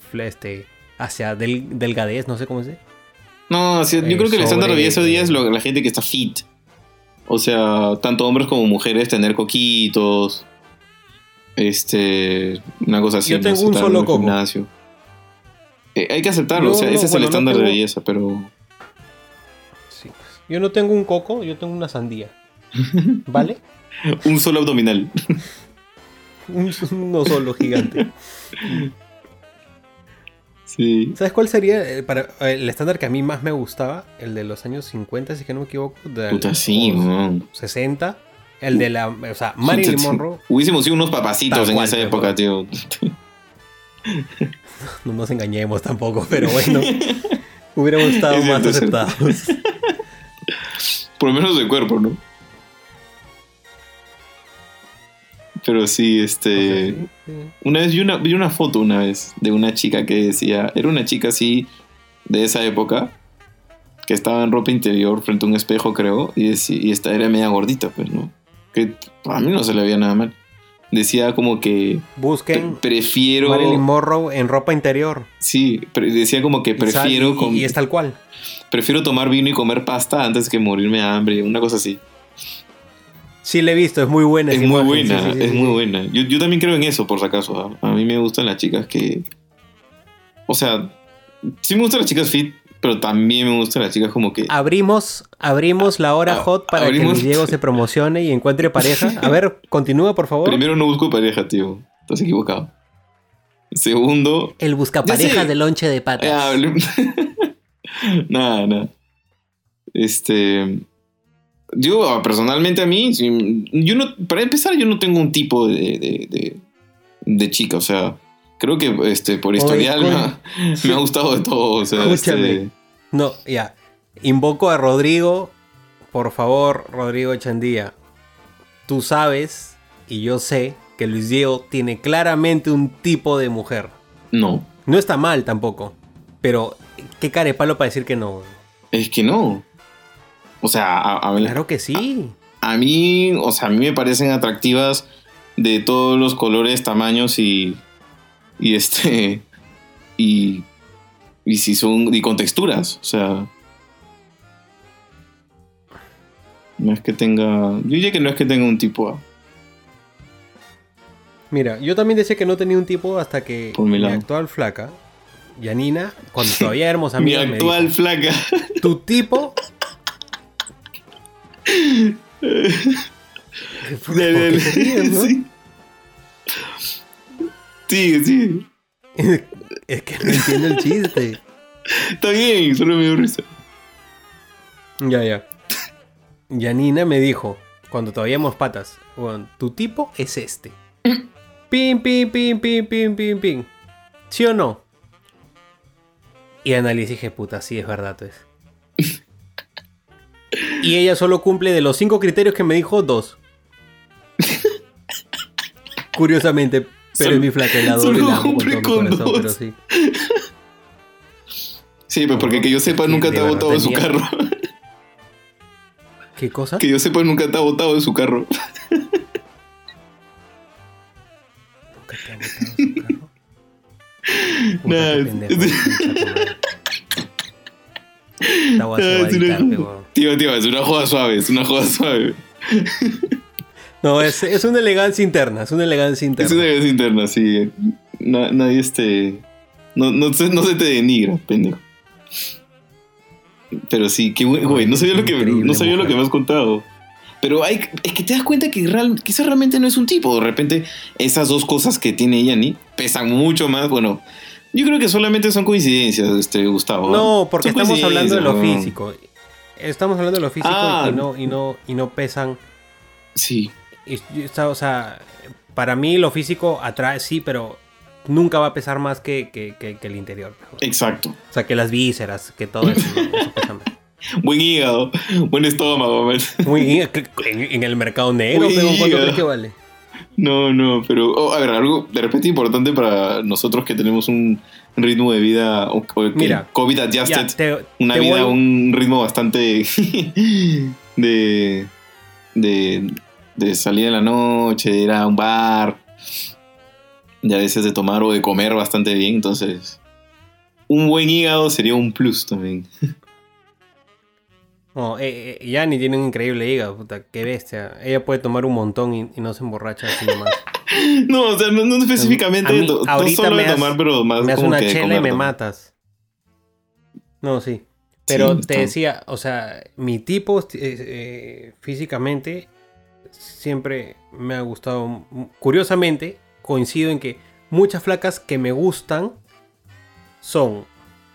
delgadez, no sé cómo se dice. No, yo creo que el estándar de belleza hoy día es la gente que está fit. O sea, tanto hombres como mujeres tener coquitos. Una cosa así. Yo tengo un solo coco. Gimnasio. Hay que aceptarlo, ese es el estándar de belleza, pero... Sí, pues. Yo no tengo un coco, yo tengo una sandía. ¿Vale? Un solo abdominal. Uno solo gigante. Sí. ¿Sabes cuál sería el estándar que a mí más me gustaba? El de los años 50, si que no me equivoco. Puta, sí, man. 60. El de Marilyn Monroe. Hubiésemos sido unos papacitos en esa época, tío. No nos engañemos tampoco, pero bueno. Hubiéramos estado más aceptados. Por lo menos de cuerpo, ¿no? Pero sí, una vez vi una foto una vez de una chica que decía, era una chica así de esa época, que estaba en ropa interior frente a un espejo, creo, y esta era media gordita, pues, ¿no? Que a mí no se le veía nada mal. Decía como que... Busquen prefiero... Marilyn Monroe en ropa interior. Sí, decía como que prefiero... Y es tal cual. Prefiero tomar vino y comer pasta antes que morirme de hambre, una cosa así. Sí, la he visto, es muy buena. Es muy buena, sí, muy buena. Yo también creo en eso, por si acaso. A mí me gustan las chicas que... O sea, sí me gustan las chicas fit, pero también me gustan las chicas como que... Abrimos la hora hot para que Luis Diego se promocione y encuentre pareja. A ver, continúa, por favor. Primero, no busco pareja, tío. Estás equivocado. Segundo... El buscapareja de lonche de patas. Nada. Yo, personalmente a mí, para empezar, yo no tengo un tipo de chica, o sea, creo que por historial me ha gustado de todo, o sea, escúchame. No, ya. Invoco a Rodrigo, por favor, Rodrigo Echandía. Tú sabes, y yo sé, que Luis Diego tiene claramente un tipo de mujer. No. No está mal tampoco, pero qué carepalo para decir que no. Es que no. O sea, claro que sí. A mí me parecen atractivas de todos los colores, tamaños y si son y con texturas, o sea, no es que tenga, yo diría que no es que tenga un tipo A. Mira, yo también decía que no tenía un tipo hasta que mi actual flaca, Yanina, cuando todavía éramos amigos, mi actual flaca, tu tipo. Ríes, ¿no? Sí. Es que no entiendo el chiste. Está bien, solo me dio risa. Ya. Yanina me dijo, cuando todavía éramos patas, bueno, tu tipo es este. Pim. ¿Sí o no? Y analicé y dije, puta, sí, es verdad, pues. Y ella solo cumple de los 5 criterios que me dijo 2. Curiosamente, pero es mi flaca y la adoro y la amo con todo mi corazón, pero sí. Sí, pues porque que yo sepa nunca te ha botado de su carro. ¿Qué cosa? Que yo sepa nunca te ha botado de su carro. ¿Nunca te ha botado de su carro? Puta, Tío, es una joda suave, No, es una elegancia interna, Es una elegancia interna, sí. Nadie no se te denigra, pendejo. Pero sí, que güey, no sabía lo que me has contado. Pero es que te das cuenta que eso realmente no es un tipo. De repente, esas dos cosas que tiene Yanni pesan mucho más. Bueno, yo creo que solamente son coincidencias, Gustavo. No, porque estamos hablando de lo físico. Estamos hablando de lo físico y no pesan. Sí. O sea, para mí lo físico atrae, sí, pero nunca va a pesar más que el interior. Exacto. O sea, que las vísceras, que todo eso pesa más. Buen hígado, buen estómago. En el mercado negro, pero ¿cuánto crees que vale? No, pero a ver, algo de repente importante para nosotros que tenemos un ritmo de vida mira, COVID adjusted, un ritmo bastante de salir en la noche, de ir a un bar, y a veces de tomar o de comer bastante bien, entonces un buen hígado sería un plus también. No, Yani tiene un increíble hígado, puta, qué bestia. Ella puede tomar un montón y no se emborracha así nomás. No, o sea, no específicamente. No solo de tomar, pero más me das como una que chela y me también matas. No, sí. Pero sí, te decía, o sea, mi tipo físicamente siempre me ha gustado. Curiosamente, coincido en que muchas flacas que me gustan son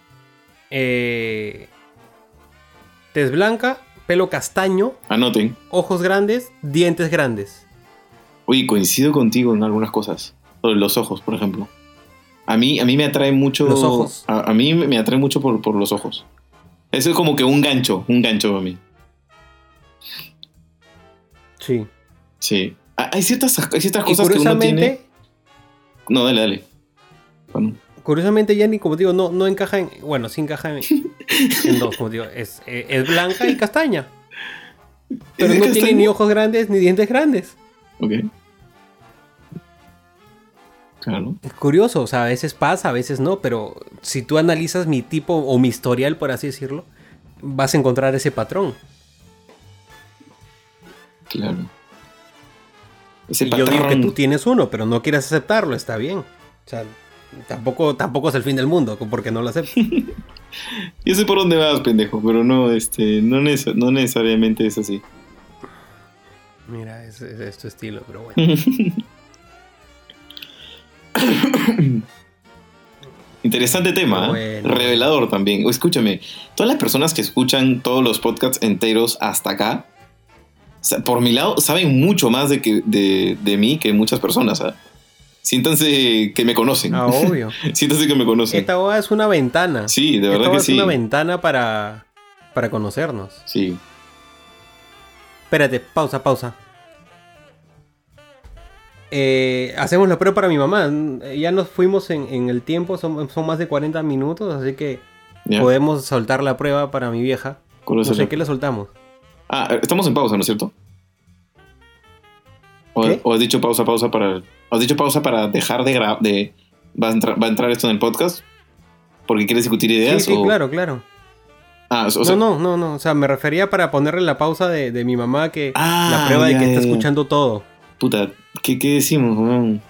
tez blanca, pelo castaño, anoten, ojos grandes, dientes grandes. Oye, coincido contigo en algunas cosas. Sobre los ojos, por ejemplo. A mí me atrae mucho... Los ojos. A mí me atrae mucho por los ojos. Eso es como que un gancho a mí. Sí. Sí. Hay ciertas cosas que curiosamente, uno tiene... No, dale. Bueno. Curiosamente, Jenny, como digo, no encaja en... Bueno, sí encaja en dos, como digo. Es blanca y castaña. Pero no tiene ni ojos grandes ni dientes grandes. Ok. Claro. Es curioso, o sea, a veces pasa, a veces no, pero si tú analizas mi tipo o mi historial, por así decirlo, vas a encontrar ese patrón. Claro. Ese patrón. Yo digo que tú tienes uno, pero no quieres aceptarlo, está bien. O sea, tampoco es el fin del mundo, porque no lo aceptas. Yo sé por dónde vas, pendejo, pero no necesariamente es así. Mira, es tu estilo, pero bueno. Interesante tema, bueno. Revelador también. Escúchame, todas las personas que escuchan todos los podcasts enteros hasta acá, o sea, por mi lado, saben mucho más de mí que muchas personas, ¿eh? Siéntanse que me conocen. Ah, obvio. Siéntanse que me conocen. Esta boda es una ventana. Sí, de verdad que sí. Esta boda es una ventana para conocernos. Sí. Espérate, pausa. Hacemos la prueba para mi mamá. Ya nos fuimos en el tiempo, son más de 40 minutos, así que podemos soltar la prueba para mi vieja. No sé, ¿qué le soltamos? Estamos en pausa, ¿no es cierto? ¿O has dicho pausa para... ¿Has dicho pausa para dejar de ¿Va a entrar esto en el podcast? ¿Porque quieres discutir ideas? Sí, claro. No. O sea, me refería para ponerle la pausa de mi mamá que la prueba de que está escuchando todo. Puta, ¿qué decimos, man?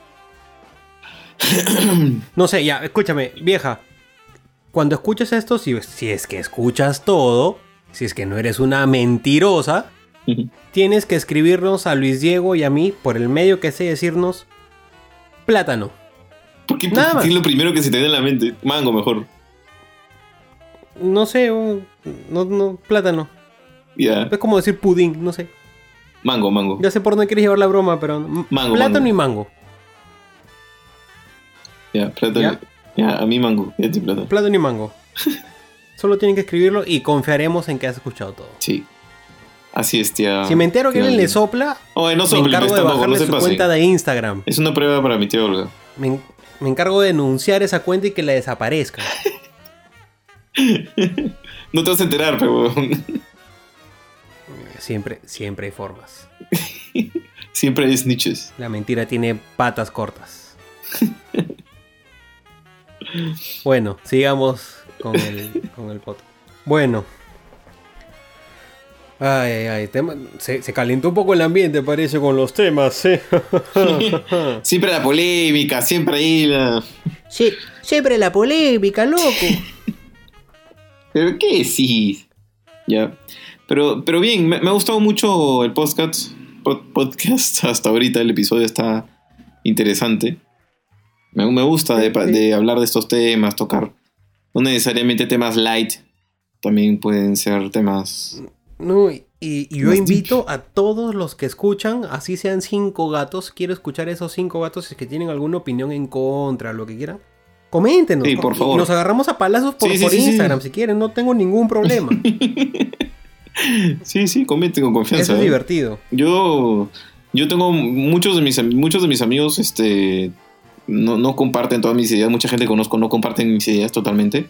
No sé, ya, escúchame, vieja. Cuando escuches esto, si es que escuchas todo, si es que no eres una mentirosa, tienes que escribirnos a Luis Diego y a mí por el medio que sé decirnos plátano. ¿Por qué es lo primero que se te viene a la mente? Mango, mejor. No sé, plátano. Ya. Es como decir pudín, no sé. Mango. Ya sé por dónde quieres llevar la broma, pero... Plátano y mango. Ya, plátano. Ya, a mí mango. Ya, plátano. Plátano y mango. Solo tienen que escribirlo y confiaremos en que has escuchado todo. Sí. Así es, tía. Si me entero que alguien le sopla, me encargo de bajarle su cuenta de Instagram. Es una prueba para mi tía Olga. Me encargo de denunciar esa cuenta y que la desaparezca. No te vas a enterar, pero... Siempre hay formas. Siempre hay snitches. La mentira tiene patas cortas. Bueno, sigamos con el podcast. Bueno. Ay. Se calentó un poco el ambiente, parece, con los temas, ¿eh? Siempre la polémica, siempre ahí la... Sí, siempre la polémica, loco. ¿Pero qué decís? Ya. Pero bien, me ha gustado mucho el podcast. Hasta ahorita el episodio está interesante. Me gusta de hablar de estos temas, tocar. No necesariamente temas light. También pueden ser temas... No, y yo invito a todos los que escuchan, así sean 5 gatos, quiero escuchar esos 5 gatos si es que tienen alguna opinión en contra, lo que quieran. Coméntenos. Sí, por favor. Nos agarramos a palazos por Instagram si quieren, no tengo ningún problema. Sí, comenten con confianza. Eso es divertido. Yo tengo muchos de mis amigos no comparten todas mis ideas. Mucha gente que conozco no comparten mis ideas totalmente.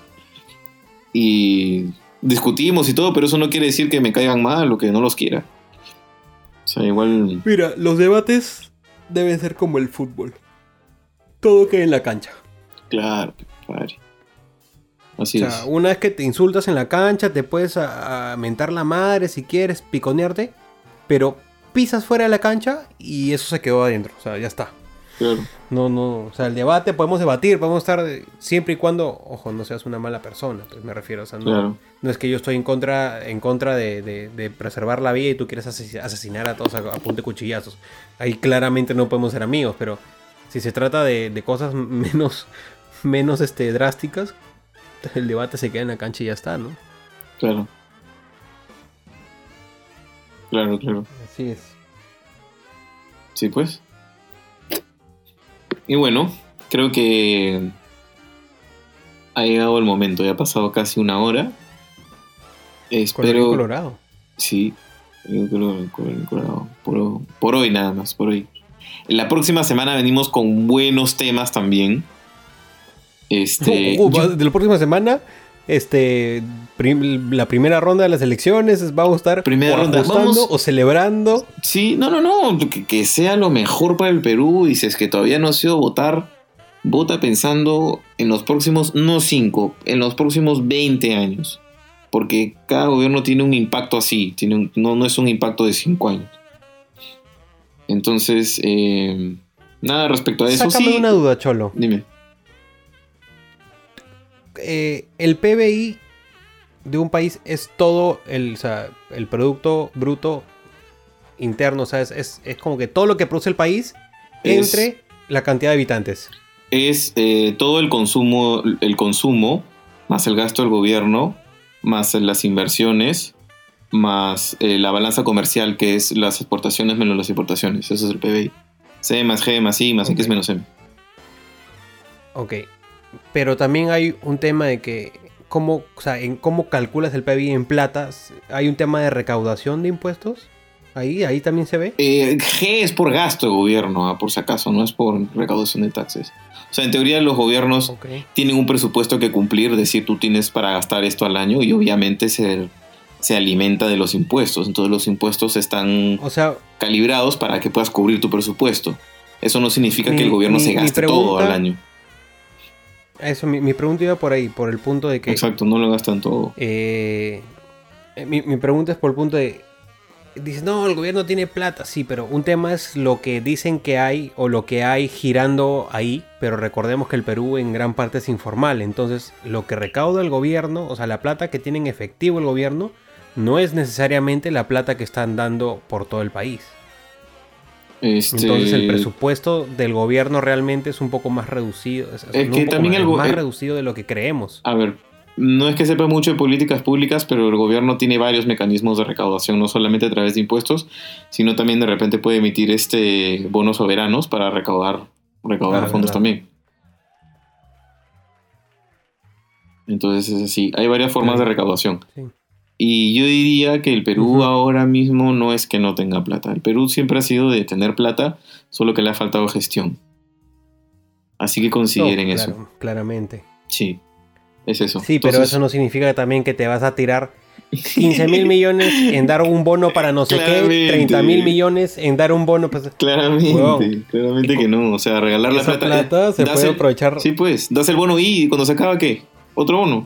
Y discutimos y todo, pero eso no quiere decir que me caigan mal o que no los quiera. O sea, igual... Mira, los debates deben ser como el fútbol. Todo queda en la cancha. Claro, padre. Así es. Una vez que te insultas en la cancha, te puedes mentar la madre si quieres, piconearte, pero pisas fuera de la cancha y eso se quedó adentro. O sea, ya está. Claro. No. O sea, el debate, podemos debatir, podemos estar siempre y cuando, ojo, no seas una mala persona, pues me refiero. O sea, no es que yo estoy en contra de preservar la vida y tú quieres asesinar a todos a punta de cuchillazos. Ahí claramente no podemos ser amigos, pero si se trata de cosas menos drásticas, el debate se queda en la cancha y ya está, ¿no? Claro. Así es. Sí, pues. Y bueno, creo que ha llegado el momento. Ya ha pasado casi una hora. Espero... Colorado. Sí, Colorado. Por hoy nada más, por hoy. La próxima semana venimos con buenos temas también. De la próxima semana, la primera ronda de las elecciones, vamos a estar apostando o celebrando. Sí, no, que sea lo mejor para el Perú. Dices que todavía no has ido a votar, vota pensando en los próximos, no 5, en los próximos 20 años. Porque cada gobierno tiene un impacto así, no es un impacto de 5 años. Entonces, nada respecto a eso. Sácame una duda, Cholo. Dime. El PBI de un país es todo el producto bruto interno, o sea, es como que todo lo que produce el país entre la cantidad de habitantes. Es todo el consumo más el gasto del gobierno, más las inversiones, más la balanza comercial, que es las exportaciones menos las importaciones. Eso es el PBI. C más G más I más X menos M. Ok. Pero también hay un tema de que en cómo calculas el PBI en plata. ¿Hay un tema de recaudación de impuestos? Ahí también se ve. G es por gasto de gobierno, por si acaso, no es por recaudación de taxes. O sea, en teoría los gobiernos tienen un presupuesto que cumplir, es decir, tú tienes para gastar esto al año y obviamente se alimenta de los impuestos. Entonces los impuestos están calibrados para que puedas cubrir tu presupuesto. Eso no significa que el gobierno se gaste todo al año. Eso, mi pregunta iba por ahí, por el punto de que... Exacto, no lo gastan todo. Mi pregunta es por el punto de... Dices, no, el gobierno tiene plata, sí, pero un tema es lo que dicen que hay o lo que hay girando ahí, pero recordemos que el Perú en gran parte es informal, entonces lo que recauda el gobierno, o sea, la plata que tiene en efectivo el gobierno, no es necesariamente la plata que están dando por todo el país. Entonces el presupuesto del gobierno realmente es un poco más reducido. Es que también más reducido de lo que creemos. A ver, no es que sepa mucho de políticas públicas, pero el gobierno tiene varios mecanismos de recaudación, no solamente a través de impuestos, sino también de repente puede emitir bonos soberanos para recaudar fondos también. Entonces es así. Hay varias formas de recaudación. Sí. Y yo diría que el Perú ahora mismo no es que no tenga plata. El Perú siempre ha sido de tener plata, solo que le ha faltado gestión. Así que consideren eso. Claramente. Sí, es eso. Sí, entonces, pero eso no significa también que te vas a tirar 15.000 millones en dar un bono para no sé qué, 30.000 millones en dar un bono. Pues, claramente que no. O sea, regalar la plata se puede aprovechar. Sí, pues, das el bono y cuando se acaba, ¿qué? Otro bono.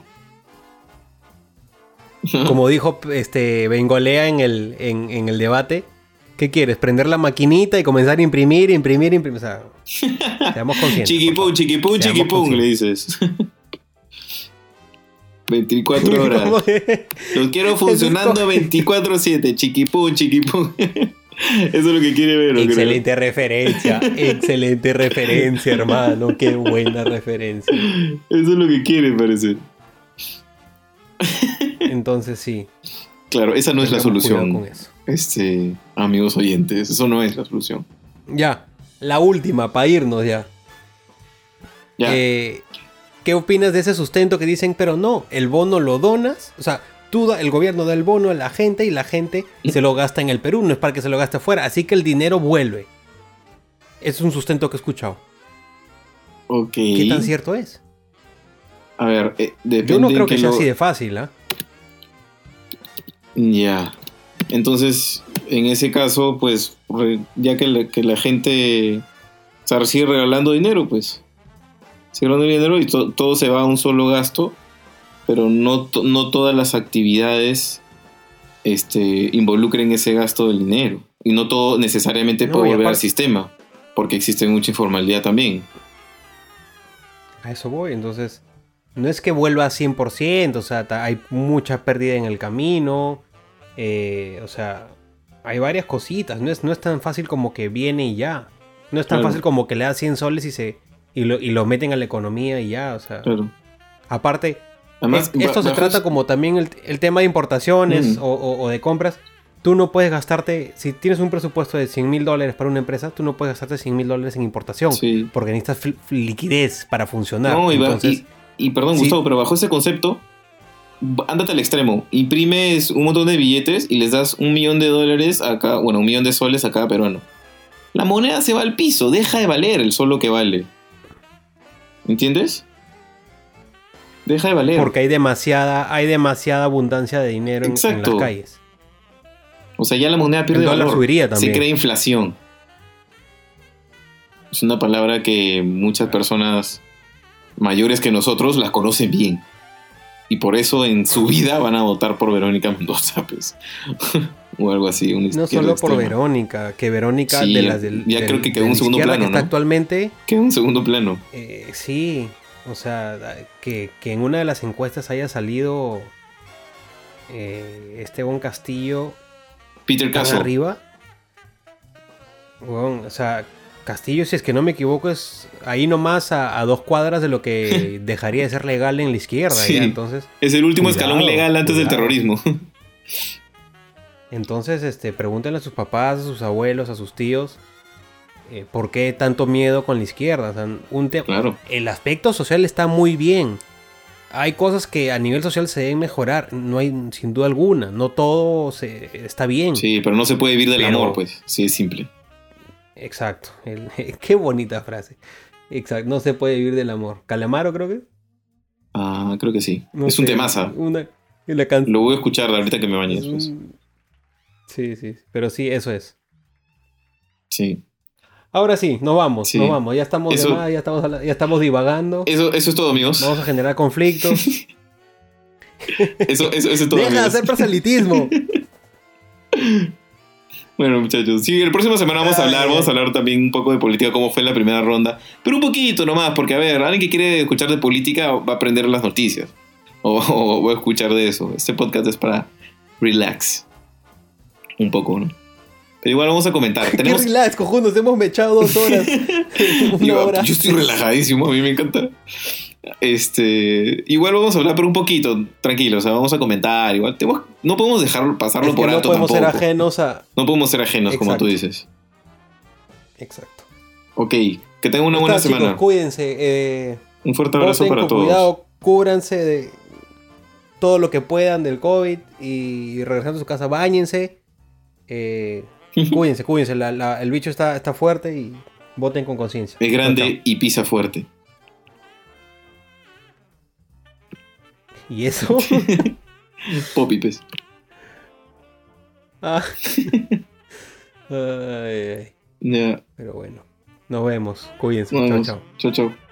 Como dijo Bengolea en el debate, ¿qué quieres? ¿Prender la maquinita y comenzar a imprimir? O sea, seamos conscientes. Chiquipum, le dices. 24 horas. Los quiero funcionando 24/7. Chiquipum. Eso es lo que quiere ver. Excelente referencia, hermano. Qué buena referencia. Eso es lo que quiere, parece. Entonces sí. Claro, esa no es la solución con eso. Amigos oyentes, eso no es la solución. Ya, la última, para irnos ya. ¿Qué opinas de ese sustento que dicen, pero no, el bono lo donas? O sea, el gobierno da el bono a la gente y la gente se lo gasta en el Perú, no es para que se lo gaste afuera, así que el dinero vuelve. Es un sustento que he escuchado. Ok. ¿Qué tan cierto es? A ver, depende. Yo no creo que sea así de fácil, ¿ah? Ya. Entonces, en ese caso, pues, ya que la gente sigue regalando dinero, pues. Sigue regalando dinero y todo se va a un solo gasto, pero no todas las actividades involucren ese gasto del dinero. Y no todo necesariamente puede volver al sistema, porque existe mucha informalidad también. A eso voy, entonces... No es que vuelva a 100%, o sea, hay mucha pérdida en el camino, o sea, hay varias cositas, no es tan fácil como que viene y ya, no es tan fácil como que le da 100 soles y lo meten a la economía y ya, o sea, aparte, además, esto se trata como también el tema de importaciones o de compras, tú no puedes gastarte, si tienes un presupuesto de $100,000 para una empresa, tú no puedes gastarte $100,000 en importación, Sí. porque necesitas liquidez para funcionar. No, Entonces, y perdón, sí. Gustavo, pero bajo ese concepto, ándate al extremo. Imprimes un montón de billetes y les das $1,000,000 a cada, bueno, $1,000,000 a cada peruano. La moneda se va al piso, deja de valer el solo que vale. ¿Entiendes? Deja de valer. Porque hay demasiada abundancia de dinero en Exacto. las calles. O sea, ya la moneda pierde El dólar valor. subiría también. Se crea inflación. Es una palabra que muchas personas mayores que nosotros las conocen bien. Y por eso en su vida van a votar por Verónica Mendoza, pues. O algo así. No solo por Verónica, que Verónica sí, de las del, ya del, creo que quedó de en la segundo izquierda plano, que está ¿no? actualmente. Quedó en segundo plano. Sí, o sea, que en una de las encuestas haya salido Esteban Castillo Peter tan Caso. arriba. Bueno, o sea, Castillo, si es que no me equivoco, es ahí nomás a 2 cuadras de lo que dejaría de ser legal en la izquierda. Sí, ¿ya? Entonces, es el último cuidado, escalón legal antes del terrorismo. Entonces, pregúntenle a sus papás, a sus abuelos, a sus tíos, ¿por qué tanto miedo con la izquierda? O sea, Claro. El aspecto social está muy bien. Hay cosas que a nivel social se deben mejorar, no hay sin duda alguna, no todo está bien. Sí, pero no se puede vivir del amor, pues. Sí, es simple. Exacto. Qué bonita frase. Exacto, no se puede vivir del amor. Calamaro creo que. Ah, creo que sí. No es un sé, temaza. Lo voy a escuchar ahorita que me bañes. Pues. Sí, pero sí, eso es. Sí. Ahora sí, nos vamos. Ya estamos eso, de más, ya estamos divagando. Eso es todo, amigos. Vamos a generar conflictos. eso es todo, Deja amigos. de hacer proselitismo. Bueno, muchachos, sí, la próxima semana vamos a hablar también un poco de política, cómo fue la primera ronda, pero un poquito nomás, porque a ver, alguien que quiere escuchar de política va a aprender las noticias, o va a escuchar de eso. Este podcast es para relax, un poco, ¿no? Pero igual vamos a comentar. ¿Qué relax, cojudos? Nos hemos mechado 2 horas. Yo estoy relajadísimo, a mí me encanta. Igual vamos a hablar, pero un poquito, tranquilo, o sea, vamos a comentar, igual. No podemos dejar pasarlo por alto tampoco. No podemos ser ajenos a... No podemos ser ajenos, exacto, como tú dices. Exacto. Ok, que tengan una buena semana. Chicos, cuídense. Un fuerte abrazo para todos. Cuidado, cúbranse de todo lo que puedan del COVID y regresando a su casa, báñense. Cuídense. El bicho está fuerte y voten con conciencia. Es grande y pisa fuerte. ¿Y eso? Popi, pues. Ay. Yeah. Pero bueno, nos vemos. Cuídense. Nos vemos. Chao. Chao.